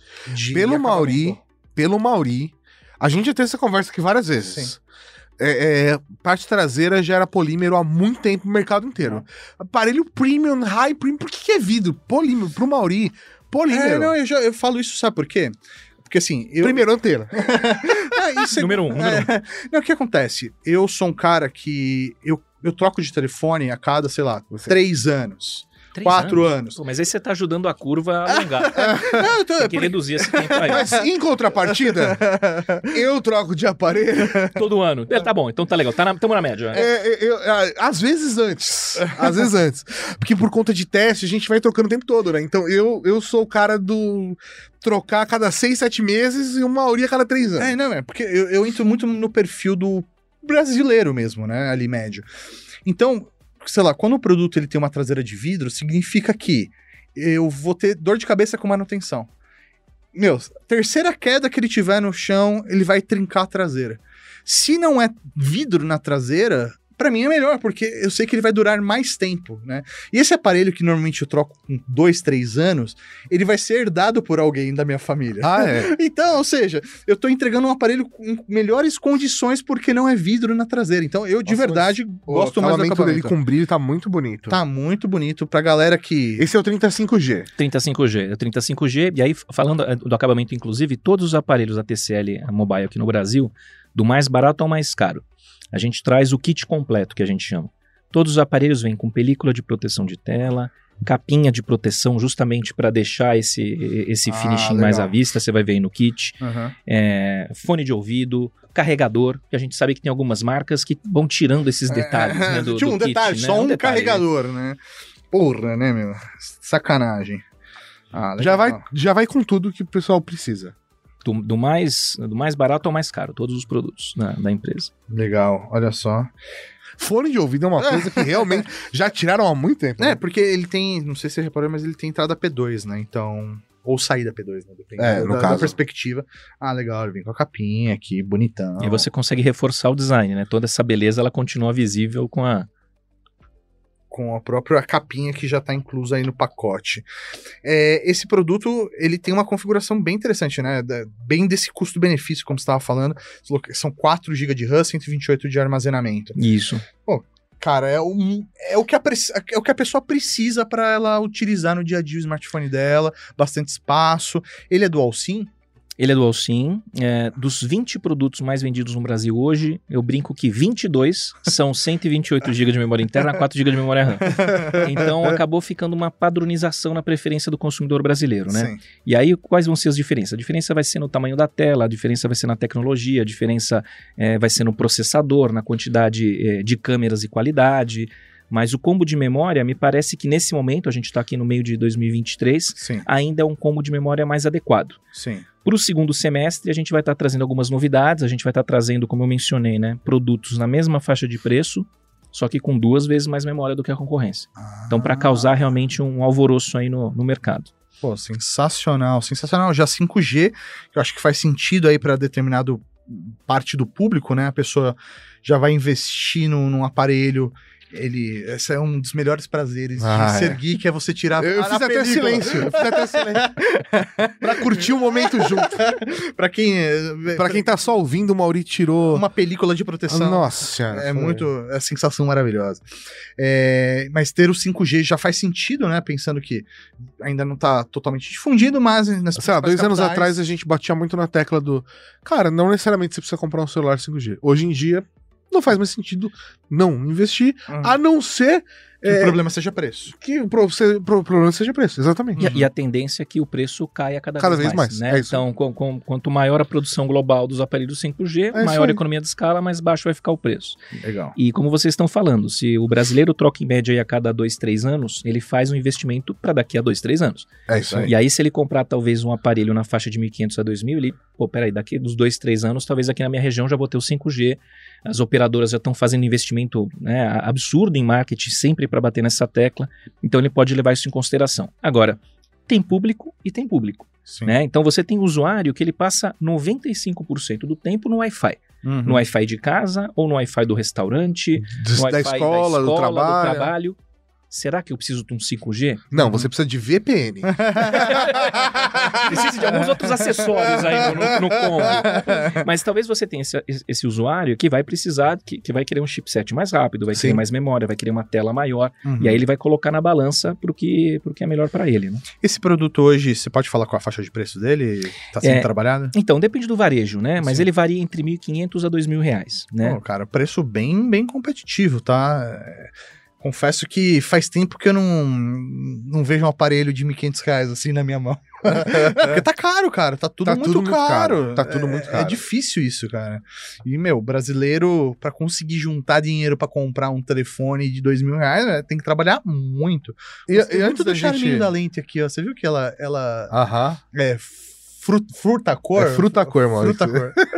Pelo Mauri, a gente já teve essa conversa aqui várias vezes. Parte traseira já era polímero há muito tempo no mercado inteiro. Aparelho premium, high premium, por que é vidro? Polímero, pro Mauri, polímero.
Eu falo isso, sabe por quê? Porque assim...
Primeiro, antena.
Número 1.
Não, o que acontece? Eu sou um cara que... Eu troco de telefone a cada, sei lá, 3 anos. 4 anos.
Pô, mas aí você tá ajudando a curva a alongar. Tem que reduzir esse tempo aí.
Mas em contrapartida, eu troco de aparelho.
Todo ano. Tá bom, então tá legal. Tamo na média.
Às vezes antes. Porque por conta de teste, a gente vai trocando o tempo todo, né? Então eu sou o cara do trocar a cada 6, 7 meses e o Mauri a cada 3 anos.
Porque eu entro muito no perfil do brasileiro mesmo, né? Ali médio. Então... sei lá, quando o produto ele tem uma traseira de vidro, significa que eu vou ter dor de cabeça com manutenção. Terceira queda que ele tiver no chão, ele vai trincar a traseira. Se não é vidro na traseira, pra mim é melhor, porque eu sei que ele vai durar mais tempo, né? E esse aparelho que normalmente eu troco com 2, 3 anos, ele vai ser herdado por alguém da minha família.
Ah, é?
Então, ou seja, eu tô entregando um aparelho com melhores condições porque não é vidro na traseira. Então, eu de verdade gosto mais do
acabamento dele
acabamento.
com brilho tá muito bonito.
Tá muito bonito pra galera que...
Esse é o 35G.
35G, e aí falando do acabamento, inclusive, todos os aparelhos da TCL Mobile aqui no Brasil, do mais barato ao mais caro, a gente traz o kit completo, que a gente chama. Todos os aparelhos vêm com película de proteção de tela, capinha de proteção justamente para deixar esse finishing mais à vista, você vai ver aí no kit, fone de ouvido, carregador, que a gente sabe que tem algumas marcas que vão tirando esses detalhes, né, do
Tinha um
kit,
detalhe,
né?
só um
detalhe.
carregador, né? Porra, né, meu? Sacanagem.
Já vai com tudo que o pessoal precisa.
Do mais barato ao mais caro, todos os produtos da empresa.
Legal, olha só.
Fone de ouvido é uma coisa que realmente já tiraram há muito tempo.
É, porque ele tem, não sei se você reparou, mas ele tem entrada P2, né? Então... Ou saída P2, né? Depende da perspectiva. Ah, legal, ele vem com a capinha aqui, bonitão.
E você consegue reforçar o design, né? Toda essa beleza, ela continua visível com a
própria capinha que já está inclusa aí no pacote. Esse produto, ele tem uma configuração bem interessante, né? Bem desse custo-benefício, como você estava falando. São 4 GB de RAM, 128 de armazenamento.
Isso.
Pô, cara, é o que a pessoa precisa para ela utilizar no dia a dia o smartphone dela, bastante espaço. Ele é dual SIM?
Ele é dual SIM. Dos 20 produtos mais vendidos no Brasil hoje, eu brinco que 22 são 128 GB de memória interna, 4 GB de memória RAM. Então acabou ficando uma padronização na preferência do consumidor brasileiro, né?
Sim.
E aí quais vão ser as diferenças? A diferença vai ser no tamanho da tela, a diferença vai ser na tecnologia, a diferença vai ser no processador, na quantidade de câmeras e qualidade. Mas o combo de memória, me parece que nesse momento, a gente está aqui no meio de 2023,
Sim.
ainda é um combo de memória mais adequado.
Sim.
Para o segundo semestre, a gente vai estar trazendo algumas novidades, a gente vai estar trazendo, como eu mencionei, né, produtos na mesma faixa de preço, só que com 2 vezes mais memória do que a concorrência. Então, para causar realmente um alvoroço aí no mercado.
Pô, sensacional, sensacional. Já 5G, eu acho que faz sentido aí para determinado parte do público, né? A pessoa já vai investir num aparelho. Esse é um dos melhores prazeres de ser geek, é você tirar
Eu fiz até silêncio. Pra curtir o momento junto.
Pra quem
tá só ouvindo, o Mauri tirou
uma película de proteção.
Nossa senhora.
É sensação maravilhosa. Mas ter o 5G já faz sentido, né? Pensando que ainda não tá totalmente difundido, mas
sei lá, 2 anos atrás a gente batia muito na tecla do cara, não necessariamente você precisa comprar um celular 5G. Hoje em dia não faz mais sentido não investir, a não ser
que o problema seja preço.
Que o problema seja preço, exatamente.
E a tendência é que o preço caia cada vez mais.
Né?
Então, quanto maior a produção global dos aparelhos 5G, maior a economia de escala, mais baixo vai ficar o preço.
Legal.
E como vocês estão falando, se o brasileiro troca em média aí a cada 2, 3 anos, ele faz um investimento para daqui a 2, 3 anos.
É isso aí.
E aí, se ele comprar talvez um aparelho na faixa de 1.500 a 2.000, ele, peraí, daqui dos 2, 3 anos, talvez aqui na minha região já vou ter o 5G, as operadoras já estão fazendo investimento, né, absurdo em marketing, sempre para bater nessa tecla, então ele pode levar isso em consideração. Agora, tem público e tem público, né? Então você tem usuário que ele passa 95% do tempo no Wi-Fi. No Wi-Fi de casa ou no Wi-Fi do restaurante, no Wi-Fi
da escola, do trabalho.
Será que eu preciso de um 5G?
Não, você precisa de VPN.
Precisa de alguns outros acessórios aí no combo. Mas talvez você tenha esse usuário que vai precisar, que vai querer um chipset mais rápido, vai querer mais memória, vai querer uma tela maior. E aí ele vai colocar na balança pro que é melhor para ele, né?
Esse produto hoje, você pode falar qual a faixa de preço dele? Tá sendo trabalhado?
Então, depende do varejo, né? Mas ele varia entre R$1.500 a R$2.000, né?
Pô, cara, preço bem competitivo, tá? Confesso que faz tempo que eu não vejo um aparelho de R$1.500 assim na minha mão. Porque tá caro, cara. Tá tudo muito caro.
Tá tudo muito caro.
É difícil isso, cara. E, brasileiro, pra conseguir juntar dinheiro pra comprar um telefone de R$2.000, tem que trabalhar muito. E antes do charminho da lente aqui, ó. Você viu que ela
Aham.
Frutacor?
É Frutacor, mano.
Frutacor.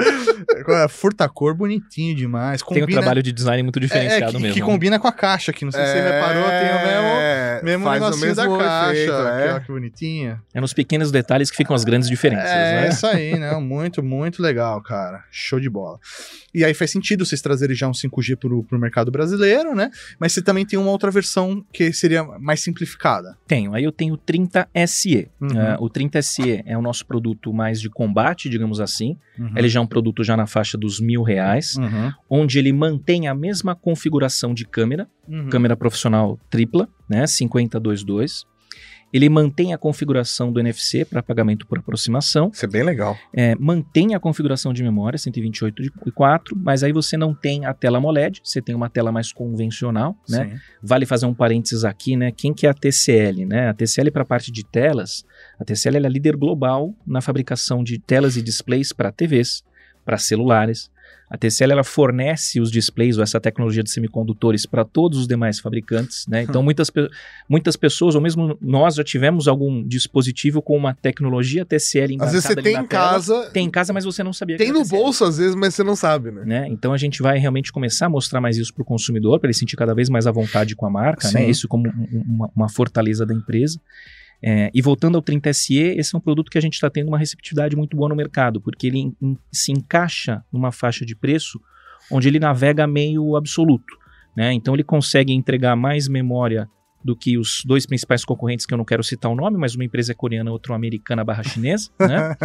Furta-cor bonitinho demais.
Tem um trabalho de design muito diferenciado mesmo.
Que combina com a caixa aqui. Não sei se você reparou, tem o mesmo negocinho da caixa.
Efeito,
aqui, ó, que bonitinha.
É nos pequenos detalhes que ficam as grandes diferenças, né?
É isso aí, né? Muito, muito legal, cara. Show de bola. E aí faz sentido vocês trazerem já um 5G pro mercado brasileiro, né? Mas você também tem uma outra versão que seria mais simplificada.
Tenho. Aí eu tenho o 30SE.
Uhum.
O 30SE é o nosso produto mais de combate, digamos assim.
Uhum.
Ele já é um produto já na faixa dos R$1.000,
Uhum.
onde ele mantém a mesma configuração de câmera,
Uhum.
câmera profissional tripla, né, 50-2.2. Ele mantém a configuração do NFC para pagamento por aproximação.
Isso é bem legal.
Mantém a configuração de memória, 128/4, mas aí você não tem a tela AMOLED, você tem uma tela mais convencional, né?
Sim.
Vale fazer um parênteses aqui, né? Quem que é a TCL, né? A TCL para a parte de telas, a TCL é a líder global na fabricação de telas e displays para TVs, para celulares. A TCL ela fornece os displays ou essa tecnologia de semicondutores para todos os demais fabricantes, né? Então muitas pessoas, ou mesmo nós, já tivemos algum dispositivo com uma tecnologia TCL embarcada.
Às vezes você
ali
tem
na
em
tela.
casa.
Tem em casa, mas você não sabia.
Tem
que
no
era TCL,
bolso às vezes, mas você não sabe, né?
né? Então a gente vai realmente começar a mostrar mais isso para o consumidor, para ele sentir cada vez mais à vontade com a marca, né?
Sim.
Isso como uma fortaleza da empresa. E voltando ao 30SE, esse é um produto que a gente está tendo uma receptividade muito boa no mercado, porque ele se encaixa numa faixa de preço onde ele navega meio absoluto, né? Então ele consegue entregar mais memória do que os dois principais concorrentes, que eu não quero citar o nome, mas uma empresa é coreana, outra americana /chinesa, né?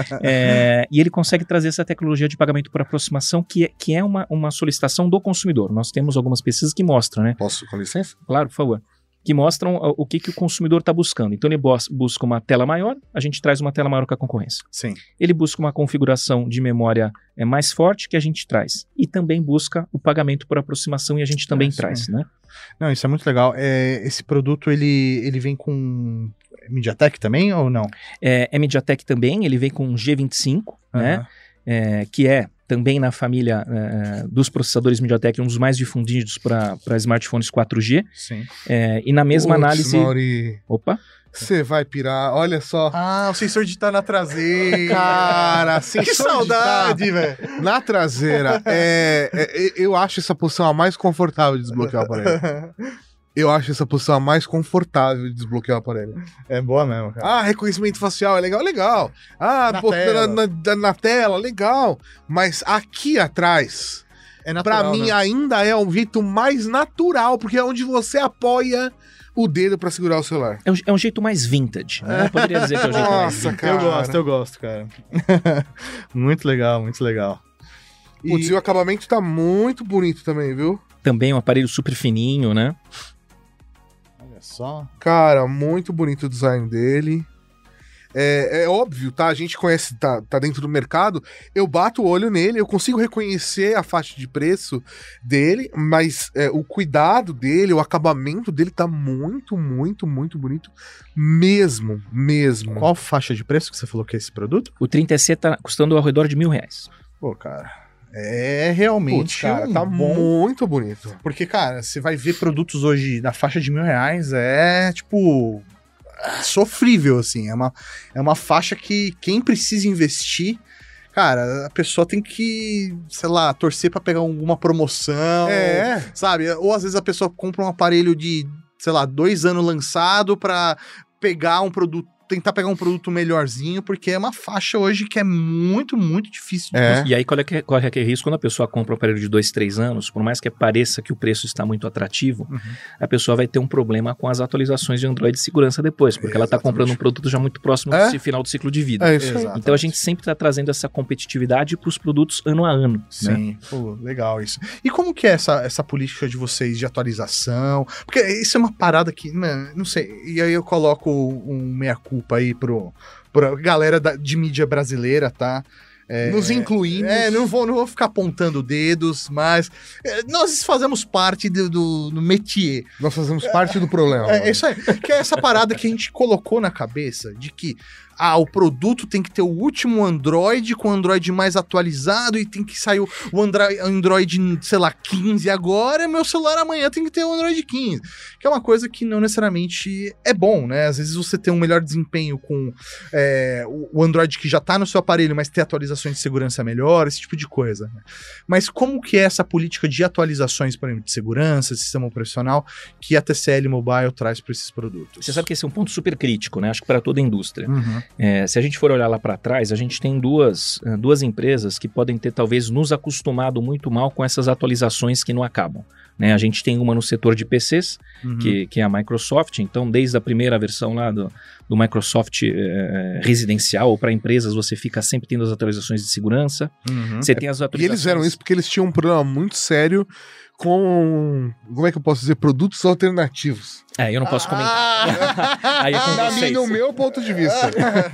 E ele consegue trazer essa tecnologia de pagamento por aproximação, que é uma solicitação do consumidor. Nós temos algumas pesquisas que mostram, né?
Posso, com licença?
Claro, por favor. Que mostram o que o consumidor está buscando. Então ele busca uma tela maior, a gente traz uma tela maior que a concorrência.
Sim.
Ele busca uma configuração de memória mais forte, que a gente traz. E também busca o pagamento por aproximação, e a gente também traz, né?
Não, isso é muito legal. Esse produto, ele vem com MediaTek também ou não?
É MediaTek também, ele vem com G25, né? Que é também na família dos processadores MediaTek, um dos mais difundidos para smartphones 4G.
Sim.
E na mesma análise...
Mauri,
Opa!
você vai pirar, olha só.
Ah, o sensor de estar na traseira.
Cara,
que saudade, velho.
Na traseira, eu acho essa posição a mais confortável de desbloquear o aparelho. Eu acho essa posição a mais confortável de desbloquear o aparelho.
É boa mesmo, cara.
Ah, reconhecimento facial é legal, legal. Ah, na tela, legal. Mas aqui atrás,
É natural,
pra mim,
né?
ainda é um jeito mais natural, porque é onde você apoia o dedo pra segurar o celular.
É um jeito mais vintage, né? Poderia dizer que é um jeito mais
Nossa,
vintage.
cara.
Eu gosto, cara. Muito legal, muito legal.
Putz, e o acabamento tá muito bonito também, viu?
Também um aparelho super fininho, né?
Olha só.
Cara, muito bonito o design dele. É óbvio, tá? A gente conhece, tá dentro do mercado. Eu bato o olho nele, eu consigo reconhecer a faixa de preço dele, mas o cuidado dele, o acabamento dele tá muito, muito, muito bonito. Mesmo.
Qual faixa de preço que você falou que é esse produto?
O 30C tá custando ao redor de R$1.000.
Pô, cara, é realmente
Putz, cara,
um
tá
bom...
muito bonito.
Porque, cara, você vai ver produtos hoje na faixa de R$1.000, é, tipo, sofrível, assim. É uma faixa que quem precisa investir, cara, a pessoa tem que, sei lá, torcer pra pegar alguma promoção, sabe? Ou às vezes a pessoa compra um aparelho de, sei lá, 2 anos lançado pra pegar um produto, tentar pegar um produto melhorzinho, porque é uma faixa hoje que é muito, muito difícil de conseguir.
E aí corre aquele risco quando a pessoa compra um aparelho de 2, 3 anos, por mais que pareça que o preço está muito atrativo, a pessoa vai ter um problema com as atualizações de Android de segurança depois, porque ela está comprando um produto já muito próximo do final do ciclo de vida.
É isso aí.
Então a gente sempre está trazendo essa competitividade para os produtos ano a ano.
Sim,
né?
Pô, legal isso. E como que é essa política de vocês de atualização? Porque isso é uma parada que, mano, não sei, e aí eu coloco um meia-culpa aí pra galera de mídia brasileira, tá?
Nos incluímos.
Não vou ficar apontando dedos, mas nós fazemos parte do métier.
Nós fazemos parte do problema.
É isso aí. Que é essa parada que a gente colocou na cabeça de que o produto tem que ter o último Android com o Android mais atualizado e tem que sair o Android, sei lá, 15 agora, meu celular amanhã tem que ter o Android 15. Que é uma coisa que não necessariamente é bom, né? Às vezes você tem um melhor desempenho com o Android que já tá no seu aparelho, mas ter atualizações atualizações de segurança melhor, esse tipo de coisa. Mas como que é essa política de atualizações, por exemplo, de segurança, de sistema operacional, que a TCL Mobile traz para esses produtos?
Você sabe que esse é um ponto super crítico, né? Acho que para toda a indústria. Se a gente for olhar lá para trás, a gente tem duas empresas que podem ter talvez nos acostumado muito mal com essas atualizações que não acabam. Né? A gente tem uma no setor de PCs, que é a Microsoft. Então, desde a primeira versão lá do Microsoft residencial ou para empresas, você fica sempre tendo as atualizações de segurança. Você tem as atualizações...
E eles fizeram isso porque eles tinham um problema muito sério com, como é que eu posso dizer, produtos alternativos.
Eu não posso comentar. Aí é com vocês.
No meu ponto de vista.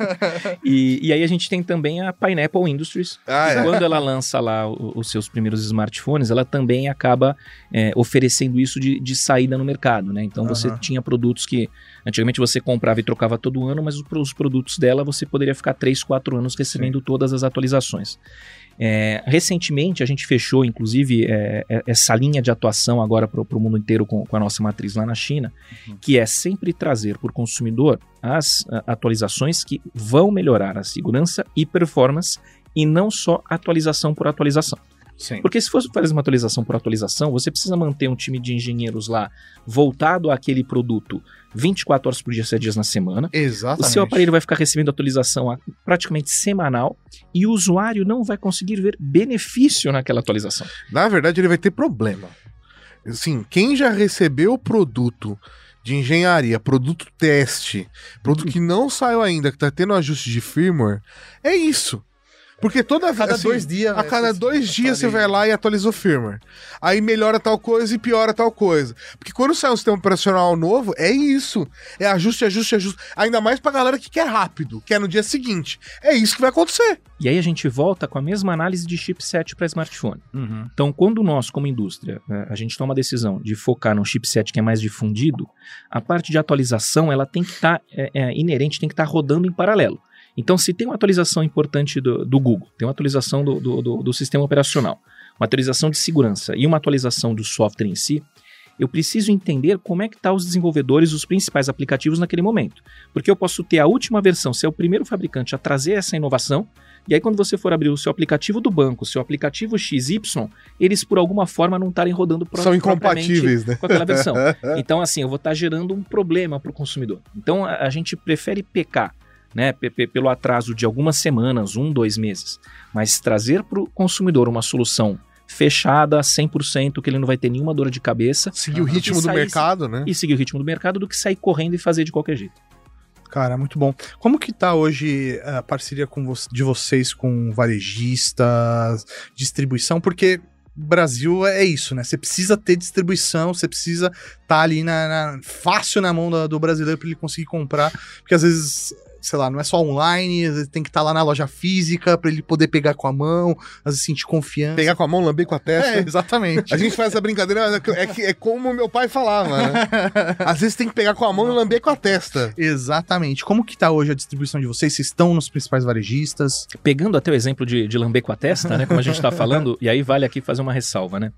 E aí a gente tem também a Pineapple Industries. Quando ela lança lá os seus primeiros smartphones, ela também acaba oferecendo isso de saída no mercado, né? Então você tinha produtos que antigamente você comprava e trocava todo ano, mas os produtos dela você poderia ficar 3, 4 anos recebendo todas as atualizações. Recentemente a gente fechou inclusive essa linha de atuação agora para o mundo inteiro com a nossa matriz lá na China, que é sempre trazer por consumidor as atualizações que vão melhorar a segurança e performance e não só atualização por atualização.
Sim.
Porque se fosse fazer uma atualização por atualização, você precisa manter um time de engenheiros lá voltado àquele produto 24 horas por dia, 7 dias na semana.
Exatamente.
O seu aparelho vai ficar recebendo atualização praticamente semanal e o usuário não vai conseguir ver benefício naquela atualização.
Na verdade, ele vai ter problema. Assim, quem já recebeu o produto de engenharia, produto teste, produto que não saiu ainda, que está tendo ajuste de firmware, é isso. Porque a cada 2 dias... A cada 2 dias você vai lá e atualiza o firmware. Aí melhora tal coisa e piora tal coisa. Porque quando sai um sistema operacional novo, é isso. É ajuste. Ainda mais pra galera que quer rápido, que é no dia seguinte. É isso que vai acontecer.
E aí a gente volta com a mesma análise de chipset para smartphone. Então, quando nós, como indústria, a gente toma a decisão de focar num chipset que é mais difundido, a parte de atualização, ela tem que estar inerente, tem que estar rodando em paralelo. Então, se tem uma atualização importante do Google, tem uma atualização do sistema operacional, uma atualização de segurança e uma atualização do software em si, eu preciso entender como é que estão os desenvolvedores, os principais aplicativos naquele momento. Porque eu posso ter a última versão, ser o primeiro fabricante a trazer essa inovação, e aí quando você for abrir o seu aplicativo do banco, o seu aplicativo XY, eles por alguma forma não estarem rodando
são incompatíveis, né?
Com aquela versão. Então, assim, eu vou estar gerando um problema para o consumidor. Então, a gente prefere pecar, né, pelo atraso de algumas semanas, 1, 2 meses, mas trazer para o consumidor uma solução fechada, 100%, que ele não vai ter nenhuma dor de cabeça.
Seguir o ritmo do mercado, né?
E seguir o ritmo do mercado do que sair correndo e fazer de qualquer jeito.
Cara, muito bom. Como que tá hoje a parceria de vocês com varejistas, distribuição? Porque Brasil é isso, né? Você precisa ter distribuição, você precisa estar ali fácil na mão do brasileiro para ele conseguir comprar, porque às vezes, sei lá, não é só online, às vezes tem que estar lá na loja física para ele poder pegar com a mão, às vezes sentir confiança.
Pegar com a mão, lamber com a testa.
Exatamente.
A gente faz essa brincadeira, é como meu pai falava, né? Às vezes tem que pegar com a mão e lamber com a testa.
Exatamente. Como que tá hoje a distribuição de vocês? Vocês estão nos principais varejistas?
Pegando até o exemplo de lamber com a testa, né? Como a gente tá falando, e aí vale aqui fazer uma ressalva, né?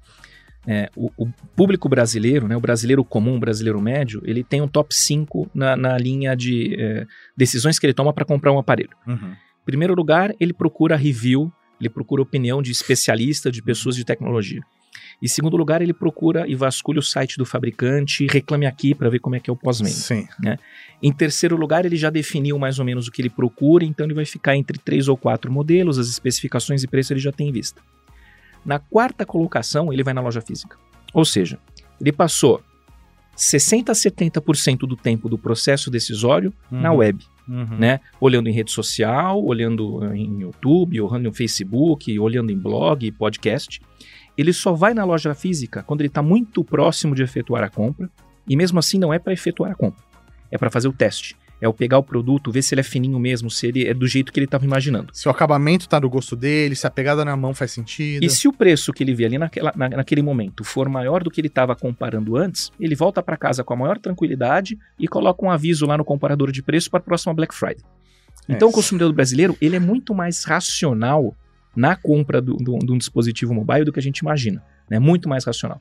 O público brasileiro, né, o brasileiro comum, o brasileiro médio, ele tem um top 5 na linha de decisões que ele toma para comprar um aparelho. Em primeiro lugar, ele procura review, ele procura opinião de especialista, de pessoas de tecnologia. Em segundo lugar, ele procura e vasculha o site do fabricante, reclame aqui para ver como é que é o pós-venda.
Sim.
Né? Em terceiro lugar, ele já definiu mais ou menos o que ele procura, então ele vai ficar entre 3 ou 4 modelos, as especificações e preço ele já tem em vista. Na quarta colocação, ele vai na loja física. Ou seja, ele passou 60% a 70% do tempo do processo decisório na web. Né? Olhando em rede social, olhando em YouTube, olhando no Facebook, olhando em blog, podcast. Ele só vai na loja física quando ele está muito próximo de efetuar a compra. E mesmo assim não é para efetuar a compra. É para fazer o teste. É o pegar o produto, ver se ele é fininho mesmo, se ele é do jeito que ele estava imaginando.
Se o acabamento tá do gosto dele, se a pegada na mão faz sentido.
E se o preço que ele vê ali naquele momento for maior do que ele estava comparando antes, ele volta para casa com a maior tranquilidade e coloca um aviso lá no comparador de preço para a próxima Black Friday. Então o consumidor brasileiro, ele é muito mais racional na compra de um dispositivo mobile do que a gente imagina. Né? Muito mais racional.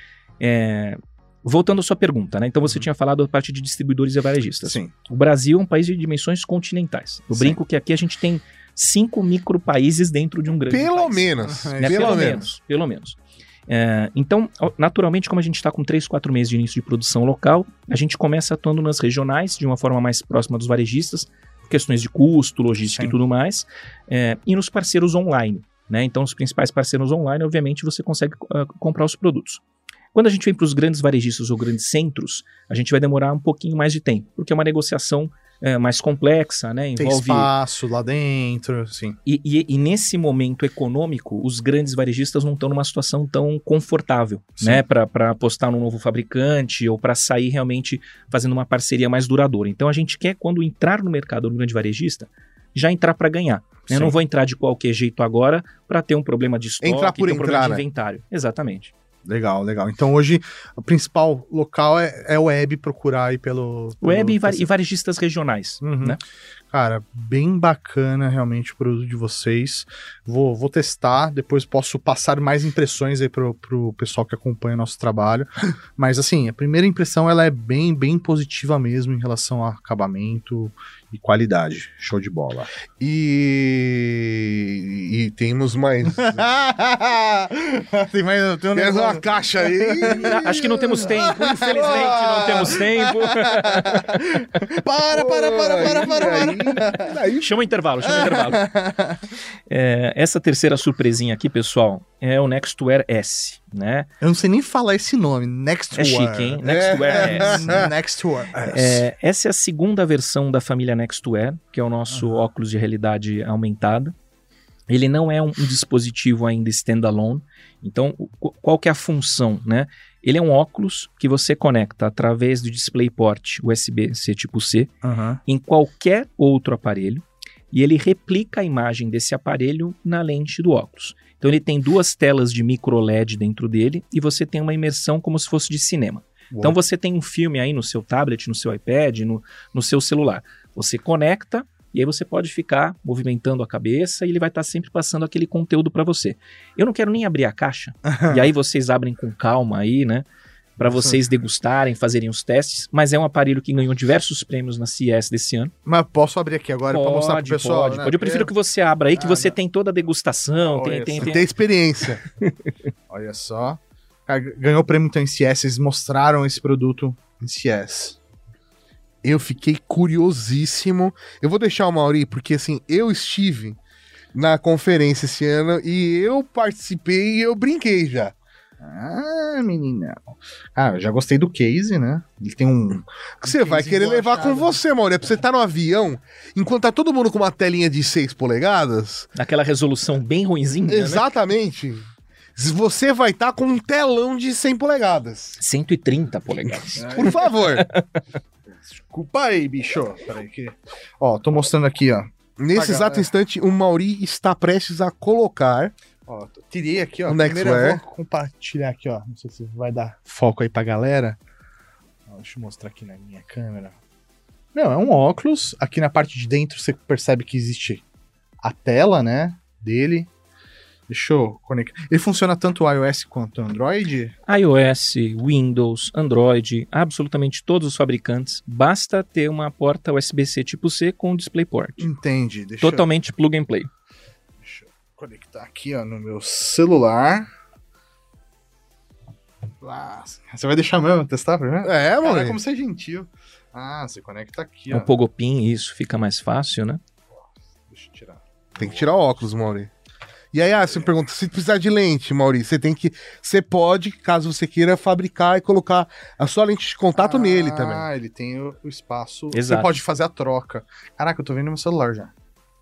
Voltando à sua pergunta, né? Então você tinha falado a parte de distribuidores e varejistas.
Sim.
O Brasil é um país de dimensões continentais. Eu brinco que aqui a gente tem 5 micropaíses dentro de um grande
Pelo
país.
menos.
Né? Pelo menos. Então, naturalmente, como a gente está com 3, 4 meses de início de produção local, a gente começa atuando nas regionais de uma forma mais próxima dos varejistas, questões de custo, logística e tudo mais, e nos parceiros online. Né? Então, os principais parceiros online, obviamente, você consegue comprar os produtos. Quando a gente vem para os grandes varejistas ou grandes centros, a gente vai demorar um pouquinho mais de tempo, porque é uma negociação mais complexa, né?
Tem espaço lá dentro, sim.
E nesse momento econômico, os grandes varejistas não estão numa situação tão confortável, né? Para apostar num novo fabricante ou para sair realmente fazendo uma parceria mais duradoura. Então a gente quer, quando entrar no mercado do grande varejista, já entrar para ganhar. Eu não vou entrar de qualquer jeito agora para ter um problema de estoque, ter um problema de inventário. Exatamente.
Legal. Então hoje o principal local é o web, procurar aí pelo
web e varejistas regionais, né?
Cara, bem bacana realmente o produto de vocês. Vou testar, depois posso passar mais impressões aí pro pessoal que acompanha o nosso trabalho. Mas assim, a primeira impressão ela é bem positiva mesmo em relação a acabamento e qualidade. Show de bola.
E temos mais.
Tem
uma caixa aí.
Acho que não temos tempo. Infelizmente não temos tempo.
Para.
Chama o intervalo. Essa terceira surpresinha aqui, pessoal, é o Nextwear S, né?
Eu não sei nem falar esse nome, Nextwear.
É chique, hein? Nextwear S.
Nextwear S.
Essa é a segunda versão da família Nextwear, que é o nosso óculos de realidade aumentada. Ele não é um dispositivo ainda standalone. Então, qual que é a função, né? Ele é um óculos que você conecta através do DisplayPort USB-C tipo C em qualquer outro aparelho e ele replica a imagem desse aparelho na lente do óculos. Então, ele tem 2 telas de micro LED dentro dele e você tem uma imersão como se fosse de cinema. Uou. Então, você tem um filme aí no seu tablet, no seu iPad, no seu celular. Você conecta e aí você pode ficar movimentando a cabeça e ele vai estar sempre passando aquele conteúdo para você. Eu não quero nem abrir a caixa, e aí vocês abrem com calma aí, né? Para vocês degustarem, fazerem os testes, mas é um aparelho que ganhou diversos prêmios na CES desse ano.
Mas posso abrir aqui agora para mostrar pro pessoal?
Pode. Eu prefiro que você abra aí, que você tem toda a degustação, tem
experiência.
Olha só. Ganhou prêmio então em CES, eles mostraram esse produto em CES.
Eu fiquei curiosíssimo. Eu vou deixar o Mauri, porque assim, eu estive na conferência esse ano e eu participei e eu brinquei já.
Ah, menina. Eu já gostei do case, né? Ele tem um...
Você vai querer levar com você, Mauri. É pra você estar no avião, enquanto tá todo mundo com uma telinha de 6 polegadas.
Aquela resolução bem ruinzinha,
exatamente. Né? Você vai estar com um telão de 100 polegadas.
130 polegadas.
Por favor.
Desculpa aí, bicho. Peraí que... Ó, tô mostrando aqui, ó.
Nesse exato instante, o Mauri está prestes a colocar...
Ó, tirei aqui, ó.
Primeiro
eu vou compartilhar aqui, ó. Não sei se vai dar foco aí pra galera. Ó, deixa eu mostrar aqui na minha câmera. Não, é um óculos. Aqui na parte de dentro você percebe que existe a tela, né, dele. Deixa eu conectar. Ele funciona tanto iOS quanto Android?
iOS, Windows, Android, absolutamente todos os fabricantes. Basta ter uma porta USB-C tipo C com DisplayPort.
Entendi.
Totalmente plug and play.
Deixa eu conectar aqui, ó, no meu celular. Você vai deixar mesmo testar primeiro?
Mano.
Como você é gentil. Você conecta aqui,
ó.
Um
Pogopin, isso fica mais fácil, né?
Deixa eu tirar.
Tem que tirar o óculos, Mauri. E aí, você me pergunta, se precisar de lente, Mauri, você pode, caso você queira, fabricar e colocar a sua lente de contato nele também.
Ele tem o espaço.
Exato.
Você pode fazer a troca. Caraca, eu tô vendo meu celular já.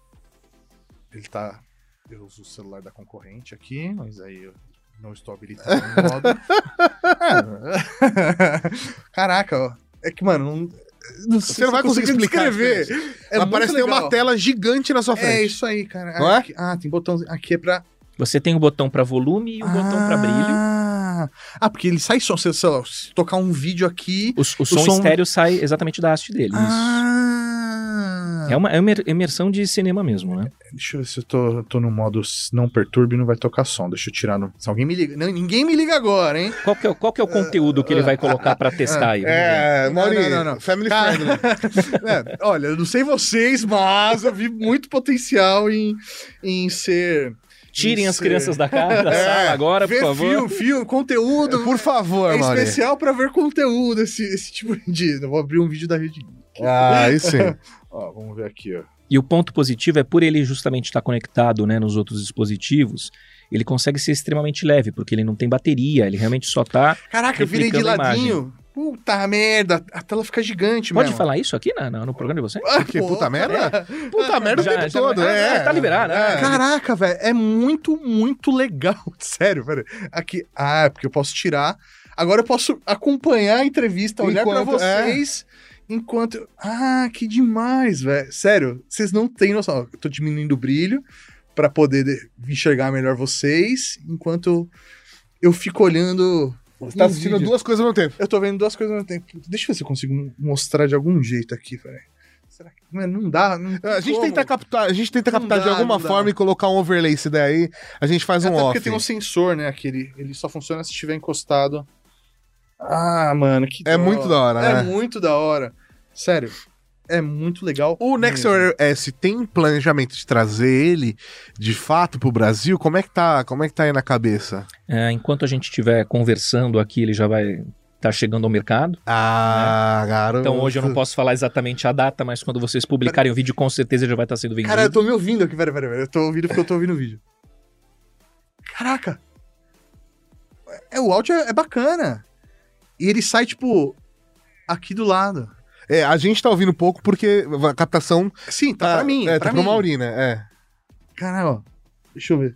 Eu uso o celular da concorrente aqui, mas aí eu não estou habilitado no modo. Caraca, ó. É que, mano,
você não vai conseguir descrever. Parece que tem uma tela gigante na sua frente.
É isso aí, cara.
Não é?
Tem botãozinho. Aqui é pra...
Você tem o botão pra volume e o botão pra brilho.
Porque ele sai som. Se tocar um vídeo aqui...
O som estéreo sai exatamente da haste dele.
Isso.
É uma imersão de cinema mesmo, né?
Deixa eu ver se eu tô no modo não perturbe e não vai tocar som. Deixa eu tirar no... Se alguém me liga... Não, ninguém me liga agora, hein?
Qual que é o conteúdo que ele vai colocar pra testar aí?
Maurinho,
não.
Family friendly.
Olha, eu não sei vocês, mas eu vi muito potencial em ser...
Tirem as crianças da sala agora, por favor.
Filme, conteúdo.
Por favor,
É
Maurinho.
especial pra ver conteúdo, esse tipo de... Eu vou abrir um vídeo da Rede Geek.
Aí sim.
Ó, vamos ver aqui, ó.
E o ponto positivo é por ele justamente estar conectado, né, nos outros dispositivos, ele consegue ser extremamente leve, porque ele não tem bateria, ele realmente só tá...
Caraca, eu virei de
replicando a
ladinho. Puta merda, a tela fica gigante,
Pode
mesmo.
falar isso aqui no programa de você?
Que puta merda? Puta merda o tempo todo.
Tá liberado, né?
Caraca, velho, é muito, muito legal. Sério, velho. Aqui, porque eu posso tirar. Agora eu posso acompanhar a entrevista, olhar pra vocês enquanto... que demais, velho. Sério, vocês não têm noção. Eu tô diminuindo o brilho pra poder enxergar melhor vocês, enquanto eu fico olhando...
Você tá assistindo duas coisas ao mesmo tempo.
Eu tô vendo duas coisas ao mesmo tempo. Deixa eu ver se eu consigo mostrar de algum jeito aqui, velho. Será que... Não dá?
A gente tenta captar de alguma forma e colocar um overlay. Se der aí, a gente faz um off.
Porque tem um sensor, né? Que ele só funciona se estiver encostado. Mano, que
É muito da hora, né?
É muito da hora. Sério. É muito legal.
O Nextdoor S tem planejamento de trazer ele, de fato, pro Brasil? Como é que tá aí na cabeça?
Enquanto a gente estiver conversando aqui, ele já vai estar chegando ao mercado.
Garoto.
Então hoje eu não posso falar exatamente a data, mas quando vocês publicarem o vídeo, com certeza já vai estar sendo vendido.
Cara, eu tô me ouvindo aqui, pera. Eu tô ouvindo porque eu tô ouvindo o vídeo. Caraca. O áudio é bacana. E ele sai, tipo, aqui do lado.
A gente tá ouvindo pouco porque a captação...
Sim, tá pra mim.
Tá pro Maurinho, né?
Caralho, ó. Deixa eu ver.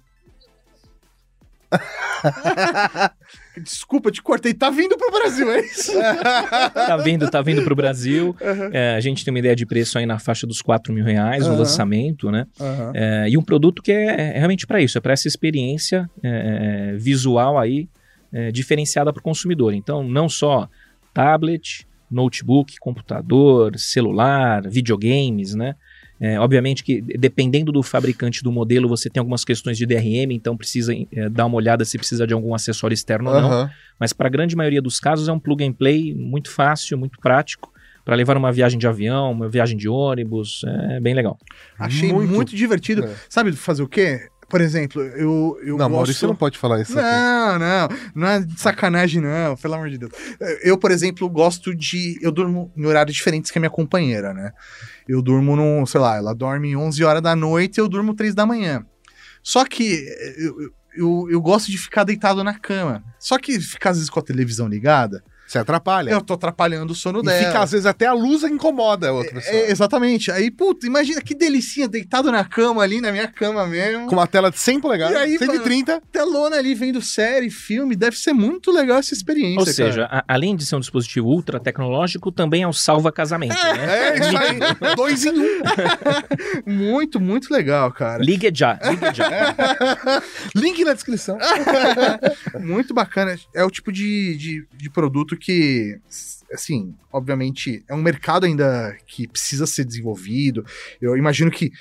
Desculpa, te cortei. Tá vindo pro Brasil, é isso?
Tá vindo pro Brasil. A gente tem uma ideia de preço aí na faixa dos R$4.000, o lançamento, né? E um produto que é realmente para isso, é para essa experiência visual aí diferenciada para o consumidor. Então, não só tablet, notebook, computador, celular, videogames, né? Obviamente que dependendo do fabricante do modelo, você tem algumas questões de DRM, então precisa dar uma olhada se precisa de algum acessório externo ou não. Mas para a grande maioria dos casos é um plug and play muito fácil, muito prático, para levar uma viagem de avião, uma viagem de ônibus, é bem legal.
Achei muito divertido. Sabe fazer o quê? Por exemplo, eu
não, Maurício, você não pode falar isso.
Não é de sacanagem, não, pelo amor de Deus. Eu, por exemplo, gosto de... Eu durmo em horários diferentes que a minha companheira, né? Eu durmo ela dorme 11 horas da noite e eu durmo 3 da manhã. Só que eu gosto de ficar deitado na cama. Só que ficar, às vezes, com a televisão ligada...
Você atrapalha.
Eu tô atrapalhando o sono
e
dela.
Fica, às vezes, até a luz incomoda a outra pessoa.
Exatamente. Aí, puta, imagina que delicinha, deitado na cama ali, na minha cama mesmo.
Com uma tela de 100 polegadas,
e aí,
130.
Telona ali, vendo série, filme, deve ser muito legal essa experiência,
Ou seja, além de ser um dispositivo ultra tecnológico, também é o salva-casamento, né?
Isso aí, 2 em 1.
Muito, muito legal, cara.
Ligue já.
Link na descrição.
Muito bacana. É o tipo de produto que, assim, obviamente, é um mercado ainda que precisa ser desenvolvido. Eu imagino que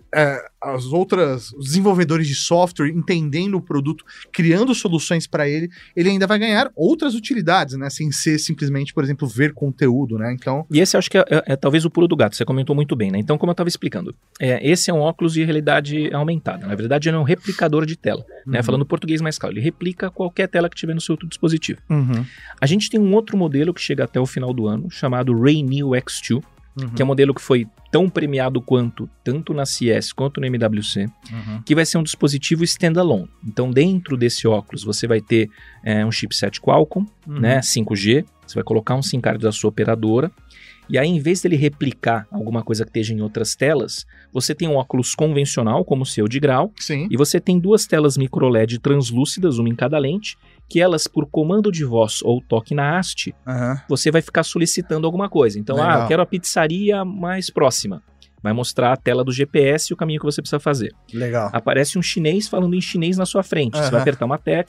os desenvolvedores de software, entendendo o produto, criando soluções para ele ainda vai ganhar outras utilidades, né? Sem ser simplesmente, por exemplo, ver conteúdo, né? Então...
E esse acho que é talvez o pulo do gato, você comentou muito bem, né? Então, como eu estava explicando, esse é um óculos de realidade aumentada. Na verdade, ele é um replicador de tela, né? Falando português mais claro, ele replica qualquer tela que tiver no seu outro dispositivo. A gente tem um outro modelo que chega até o final do ano, chamado Rayneo X2, que é um modelo que foi tão premiado quanto, tanto na CES quanto no MWC, que vai ser um dispositivo standalone. Então, dentro desse óculos, você vai ter um chipset Qualcomm, né, 5G, você vai colocar um SIM card da sua operadora, e aí, em vez dele replicar alguma coisa que esteja em outras telas, você tem um óculos convencional, como o seu de grau,
sim,
e você tem 2 telas microLED translúcidas, uma em cada lente, que elas, por comando de voz ou toque na haste, você vai ficar solicitando alguma coisa. Então, eu quero a pizzaria mais próxima. Vai mostrar a tela do GPS e o caminho que você precisa fazer.
Legal.
Aparece um chinês falando em chinês na sua frente. Você vai apertar uma tecla,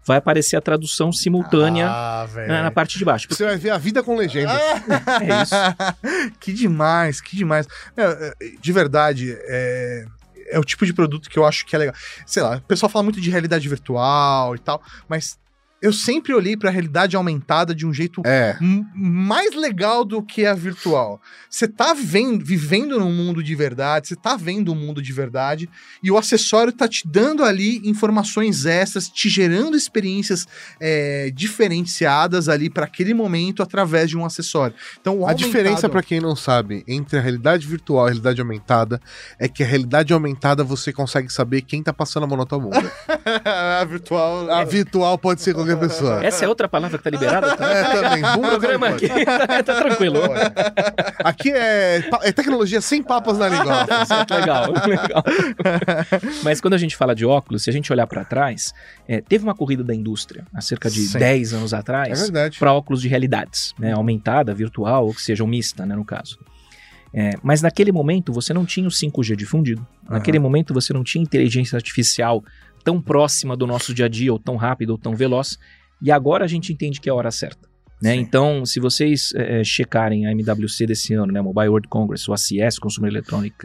vai aparecer a tradução simultânea na parte de baixo.
Você vai ver a vida com legendas.
É isso.
Que demais, que demais. De verdade, é o tipo de produto que eu acho que é legal. Sei lá, o pessoal fala muito de realidade virtual e tal, mas eu sempre olhei para a realidade aumentada de um jeito mais legal do que a virtual. Você tá vivendo num mundo de verdade, você tá vendo um mundo de verdade, e o acessório tá te dando ali informações extras, te gerando experiências diferenciadas ali para aquele momento através de um acessório. Então,
a diferença, para quem não sabe, entre a realidade virtual e a realidade aumentada é que a realidade aumentada você consegue saber quem tá passando a mão na tua bunda. A virtual pode ser qualquer pessoa.
Essa é outra palavra que tá liberada? Tá?
Também.
O programa aqui tá tranquilo.
Aqui é tecnologia sem papas na língua.
Legal. Mas quando a gente fala de óculos, se a gente olhar para trás, teve uma corrida da indústria há cerca de 10 anos atrás para óculos de realidades, né, aumentada, virtual, ou que seja, mista, né, no caso. Mas naquele momento você não tinha o 5G difundido. Naquele momento você não tinha inteligência artificial tão próxima do nosso dia a dia, ou tão rápido, ou tão veloz. E agora a gente entende que é a hora certa. Né? Então, se vocês checarem a MWC desse ano, né, Mobile World Congress, o ACS, Consumer Electronics...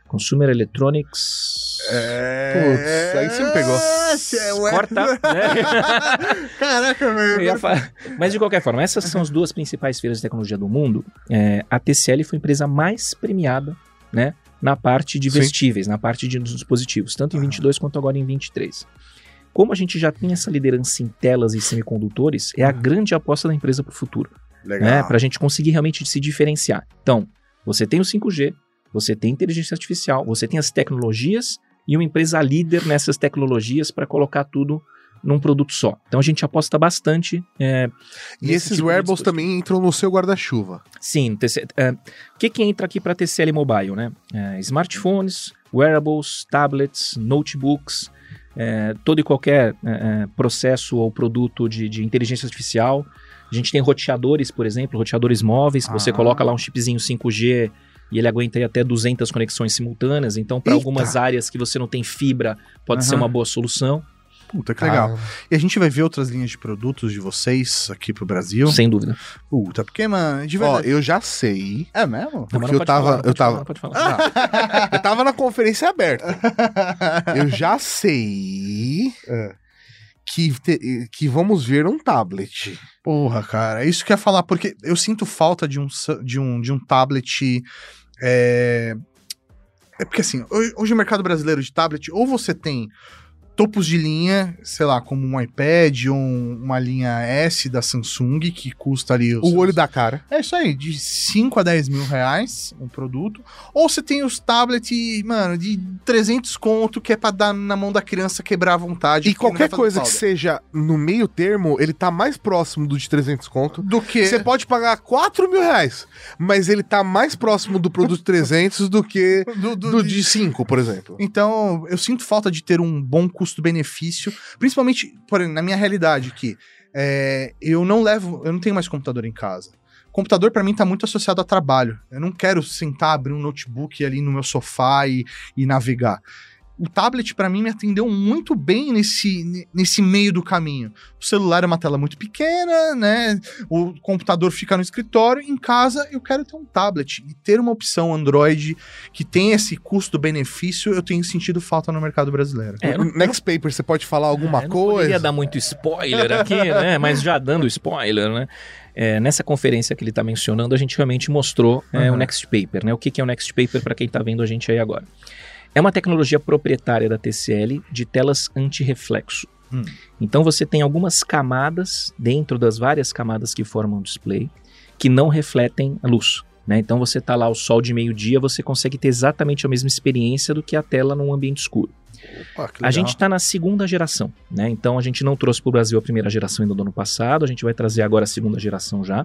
Putz, aí você me pegou.
Corta. Né?
Caraca, velho.
Mas de qualquer forma, essas são as duas principais feiras de tecnologia do mundo. A TCL foi a empresa mais premiada, né, na parte de vestíveis, na parte de dispositivos, tanto em 22 quanto agora em 23. Como a gente já tem essa liderança em telas e semicondutores, é a grande aposta da empresa para o futuro.
Legal.
Né, para a gente conseguir realmente se diferenciar. Então, você tem o 5G, você tem inteligência artificial, você tem as tecnologias e uma empresa líder nessas tecnologias para colocar tudo num produto só. Então a gente aposta bastante.
E esses tipo wearables também entram no seu guarda-chuva.
Sim. O que entra aqui para TCL Mobile, né? Smartphones, wearables, tablets, notebooks, todo e qualquer processo ou produto de inteligência artificial. A gente tem roteadores, por exemplo, roteadores móveis, que você coloca lá um chipzinho 5G e ele aguenta aí até 200 conexões simultâneas. Então, para algumas áreas que você não tem fibra, pode ser uma boa solução.
Puta, que legal. E a gente vai ver outras linhas de produtos de vocês aqui pro Brasil?
Sem dúvida.
Puta, porque, mano, de verdade...
Ó, eu já sei.
É mesmo?
Porque eu tava na conferência aberta. Eu já sei que vamos ver um tablet.
Porra, cara, é isso que eu ia falar, porque eu sinto falta de um tablet... porque assim, hoje o mercado brasileiro de tablet, ou você tem topos de linha, sei lá, como um iPad ou uma linha S da Samsung, que custa ali...
O olho da cara.
É isso aí, de 5 a 10 mil reais um produto. Ou você tem os tablets, mano, de 300 conto, que é pra dar na mão da criança quebrar à vontade.
E qualquer coisa que seja no meio termo, ele tá mais próximo do de 300 conto.
Do que...
Você pode pagar 4 mil reais, mas ele tá mais próximo do produto 300 do que do de 5, por exemplo.
Então, eu sinto falta de ter um bom custo-benefício, principalmente, por exemplo, na minha realidade aqui, eu não tenho mais computador em casa. Computador, pra mim, tá muito associado a trabalho. Eu não quero sentar, abrir um notebook ali no meu sofá e navegar. O tablet, pra mim, me atendeu muito bem nesse meio do caminho. O celular é uma tela muito pequena, né? O computador fica no escritório. Em casa, eu quero ter um tablet. E ter uma opção Android que tem esse custo-benefício, eu tenho sentido falta no mercado brasileiro.
Next Paper, você pode falar alguma coisa?
Não poderia dar muito spoiler aqui, né? Mas já dando spoiler, né? Nessa conferência que ele está mencionando, a gente realmente mostrou o Next Paper, né? O que é o Next Paper para quem está vendo a gente aí agora? É uma tecnologia proprietária da TCL de telas anti-reflexo. Então você tem algumas camadas dentro das várias camadas que formam o display que não refletem a luz. Né? Então você está lá ao sol de meio-dia, você consegue ter exatamente a mesma experiência do que a tela num ambiente escuro.
Opa,
a gente está na segunda geração, né? Então a gente não trouxe para o Brasil a primeira geração ainda do ano passado, a gente vai trazer agora a segunda geração já.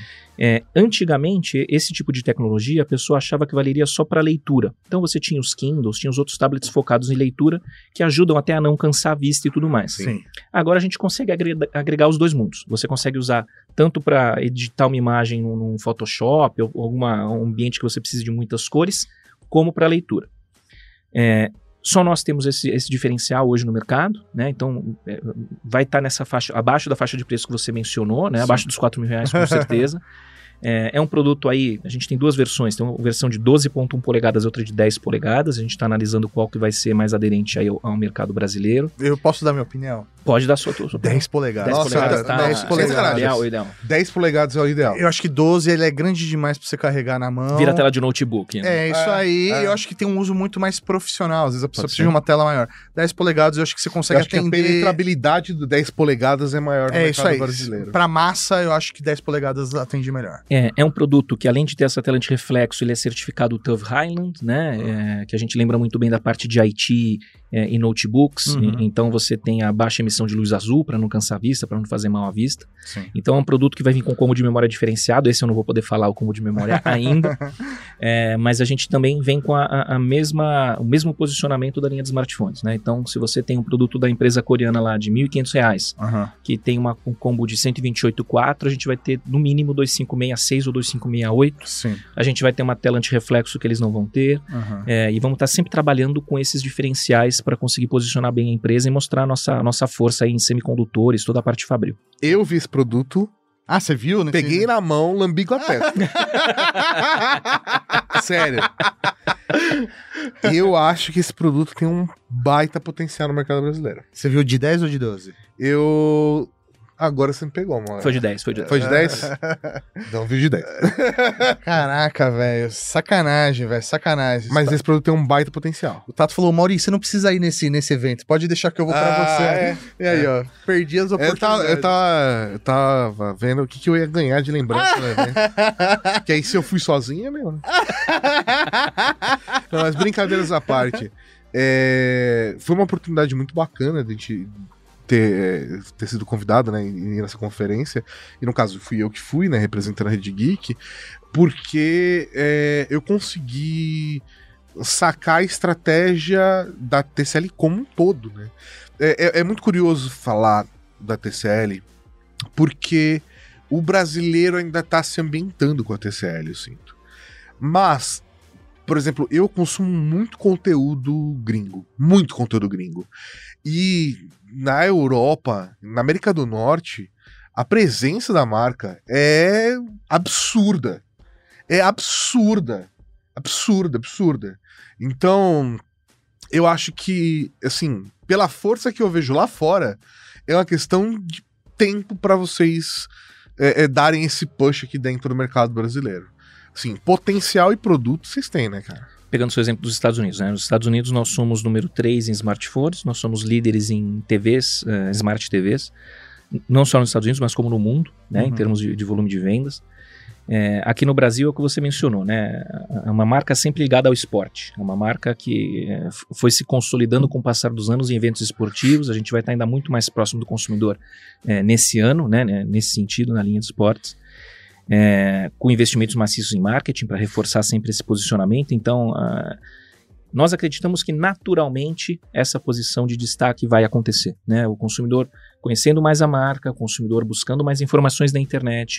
Antigamente, esse tipo de tecnologia a pessoa achava que valeria só para leitura. Então você tinha os Kindles, tinha os outros tablets focados em leitura que ajudam até a não cansar a vista e tudo mais.
Sim.
Agora a gente consegue agregar os dois mundos. Você consegue usar tanto para editar uma imagem num Photoshop ou algum ambiente que você precise de muitas cores, como para leitura. Só nós temos esse diferencial hoje no mercado, né? Então, vai estar nessa faixa, abaixo da faixa de preço que você mencionou, né? Abaixo dos R$4.000, com certeza. É um produto aí, a gente tem duas versões, tem uma versão de 12,1 polegadas e outra de 10 polegadas, a gente está analisando qual que vai ser mais aderente aí ao mercado brasileiro.
Eu posso dar minha opinião?
Pode dar sua
10 polegadas.
10 polegadas tá
10 polegadas.
o ideal.
10 polegadas é o ideal.
Eu acho que 12 ele é grande demais pra você carregar na mão.
Vira tela de notebook. Né?
Isso aí, eu acho que tem um uso muito mais profissional. Às vezes a pessoa precisa de uma tela maior. 10 polegadas eu acho que você consegue atender...
que a penetrabilidade do 10 polegadas é maior no mercado
isso aí.
brasileiro.
Pra massa, eu acho que 10 polegadas atende melhor.
É um produto que, além de ter essa tela anti-reflexo, ele é certificado TÜV Rheinland, né? Que a gente lembra muito bem da parte de IT e notebooks. Então você tem a baixa emissão de luz azul para não cansar a vista, para não fazer mal à vista.
Sim.
Então é um produto que vai vir com combo de memória diferenciado. Esse eu não vou poder falar o combo de memória ainda. Mas a gente também vem com o mesmo posicionamento da linha de smartphones, né? Então, se você tem um produto da empresa coreana lá de R$1.500, que tem um combo de 128.4, a gente vai ter no mínimo 2566 ou 2568.
Sim.
A gente vai ter uma tela anti-reflexo que eles não vão ter. E vamos estar sempre trabalhando com esses diferenciais para conseguir posicionar bem a empresa e mostrar a nossa força aí em semicondutores, toda a parte fabril.
Eu vi esse produto.
Ah, você viu? Né?
Peguei na mão, lambi com a testa. Sério. Eu acho que esse produto tem um baita potencial no mercado brasileiro.
Você viu de 10 ou de 12?
Agora você me pegou, mano.
Foi de 10, foi de 10.
Foi de 10? Então um vídeo de 10.
Caraca, velho. Sacanagem, velho. Sacanagem.
Mas esse produto tem um baita potencial.
O Tato falou, Maurício, você não precisa ir nesse evento. Pode deixar que eu vou pra você. E aí, ó. Perdi as oportunidades.
Eu tava vendo o que eu ia ganhar de lembrança no evento. Que aí se eu fui sozinho é meu, né? Não, mas brincadeiras à parte. Foi uma oportunidade muito bacana de a gente ter sido convidado, né, nessa conferência, e no caso fui eu que fui, né, representando a Rede Geek, porque eu consegui sacar a estratégia da TCL como um todo, né. É muito curioso falar da TCL, porque o brasileiro ainda está se ambientando com a TCL, eu sinto. Mas, por exemplo, eu consumo muito conteúdo gringo, e na Europa, na América do Norte, a presença da marca é absurda. Absurda. Então, eu acho que, assim, pela força que eu vejo lá fora, é uma questão de tempo para vocês darem esse push aqui dentro do mercado brasileiro. Assim, potencial e produto vocês têm, né, cara?
Pegando o seu exemplo dos Estados Unidos, né? Nos Estados Unidos nós somos número 3 em smartphones, nós somos líderes em TVs, smart TVs, não só nos Estados Unidos, mas como no mundo, né? Em termos de volume de vendas. Aqui no Brasil é o que você mencionou, né? É uma marca sempre ligada ao esporte, é uma marca que foi se consolidando com o passar dos anos em eventos esportivos. A gente vai estar ainda muito mais próximo do consumidor nesse ano, né? Nesse sentido, na linha de esportes. Com investimentos maciços em marketing para reforçar sempre esse posicionamento. Então, nós acreditamos que naturalmente essa posição de destaque vai acontecer, né? O consumidor conhecendo mais a marca, o consumidor buscando mais informações na internet,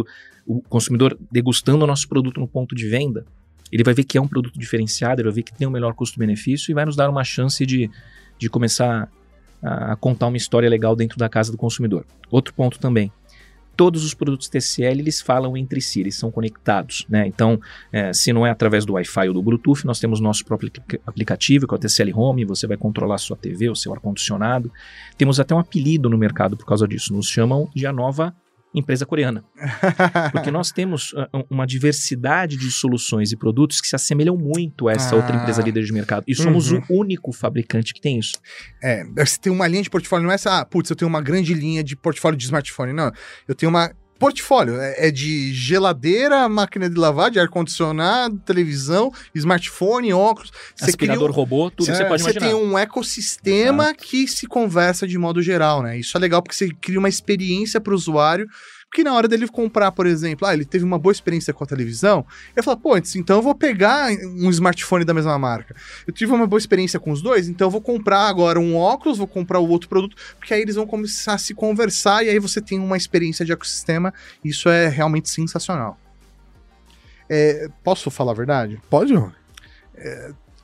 o consumidor degustando o nosso produto no ponto de venda, ele vai ver que é um produto diferenciado, ele vai ver que tem um melhor custo-benefício e vai nos dar uma chance de começar a contar uma história legal dentro da casa do consumidor. Outro ponto também. Todos os produtos TCL, eles falam entre si, eles são conectados, né? Então, se não é através do Wi-Fi ou do Bluetooth, nós temos nosso próprio aplicativo, que é o TCL Home, você vai controlar a sua TV, o seu ar-condicionado. Temos até um apelido no mercado por causa disso, nos chamam de a nova empresa coreana. Porque nós temos uma diversidade de soluções e produtos que se assemelham muito a essa outra empresa líder de mercado. E somos o único fabricante que tem isso.
Você tem uma linha de portfólio, não é essa, eu tenho uma grande linha de portfólio de smartphone. Não, eu tenho uma portfólio, é de geladeira, máquina de lavar, de ar-condicionado, televisão, smartphone, óculos.
Aspirador robô, tudo que você pode imaginar.
Você tem um ecossistema que se conversa de modo geral, né? Isso é legal porque você cria uma experiência para o usuário, porque na hora dele comprar, por exemplo, ele teve uma boa experiência com a televisão, ele fala, então eu vou pegar um smartphone da mesma marca. Eu tive uma boa experiência com os dois, então eu vou comprar agora um óculos, vou comprar o outro produto, porque aí eles vão começar a se conversar e aí você tem uma experiência de ecossistema. Isso é realmente sensacional. Posso falar a verdade?
Pode,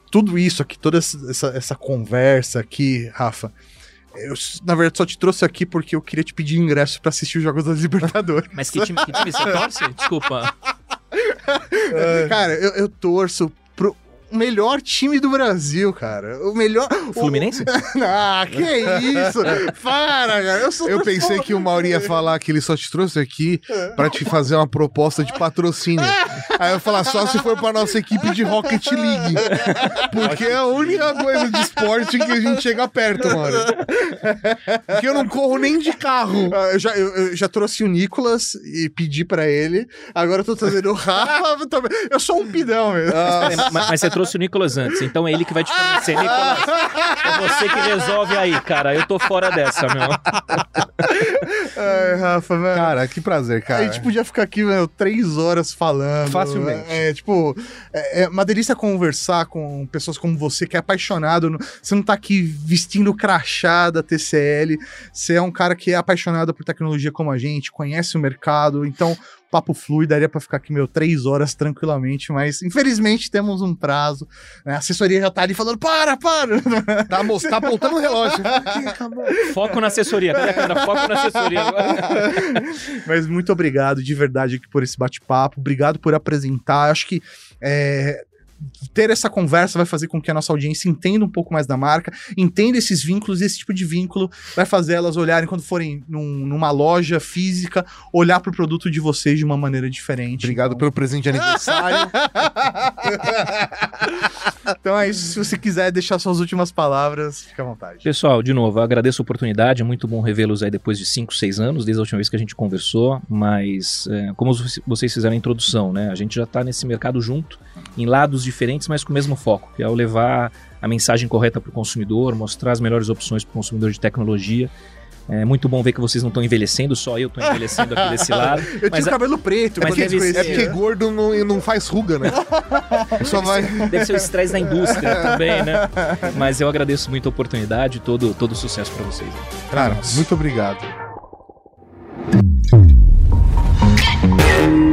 tudo isso aqui, toda essa conversa aqui, Rafa, eu, na verdade, só te trouxe aqui porque eu queria te pedir ingresso pra assistir os Jogos da Libertadores.
Mas que time você torce? Desculpa.
Cara, eu torço pro melhor time do Brasil, cara. O melhor...
Fluminense?
Ah, que isso? Para, cara.
Eu pensei que o Mauri ia falar que ele só te trouxe aqui pra te fazer uma proposta de patrocínio. Aí eu ia falar, só se for pra nossa equipe de Rocket League. Porque é a única coisa de esporte que a gente chega perto, mano. Porque eu não corro nem de carro.
Eu já trouxe o Nicolas e pedi pra ele. Agora eu tô trazendo o Rafa também. Eu sou um pidão mesmo.
Mas você trouxe o Nicolas antes, então é ele que vai te fornecer. Nicolas, é você que resolve aí, cara. Eu tô fora dessa, meu.
Ai, Rafa, mano.
Cara, que prazer, cara.
A gente podia ficar aqui, meu, 3 horas falando.
Facilmente.
É uma delícia conversar com pessoas como você, que é apaixonado. Você não tá aqui vestindo crachá da TCL. Você é um cara que é apaixonado por tecnologia como a gente, conhece o mercado. Então, papo flui, daria pra ficar aqui, 3 horas tranquilamente, mas infelizmente temos um prazo, né? A assessoria já tá ali falando, para!
Tá apontando o relógio.
Foco na assessoria, cara, foco na assessoria agora.
Mas muito obrigado, de verdade, aqui por esse bate-papo, obrigado por apresentar, acho que ter essa conversa vai fazer com que a nossa audiência entenda um pouco mais da marca, entenda esses vínculos, e esse tipo de vínculo vai fazer elas olharem, quando forem numa loja física, olhar pro produto de vocês de uma maneira diferente.
Obrigado pelo presente de aniversário.
Então é isso, se você quiser deixar suas últimas palavras, fica à vontade.
Pessoal, de novo, eu agradeço a oportunidade, é muito bom revê-los aí depois de 5, 6 anos, desde a última vez que a gente conversou, mas como vocês fizeram a introdução, né, a gente já tá nesse mercado junto, em lados diferentes, mas com o mesmo foco, que é o levar a mensagem correta para o consumidor, mostrar as melhores opções para o consumidor de tecnologia. É muito bom ver que vocês não estão envelhecendo, só eu estou envelhecendo aqui desse lado.
Eu tinha cabelo preto,
mas
é
porque gordo não faz ruga, né? Só vai...
Deve ser o estresse da indústria também, né? Mas eu agradeço muito a oportunidade e todo sucesso para vocês.
Cara, muito obrigado.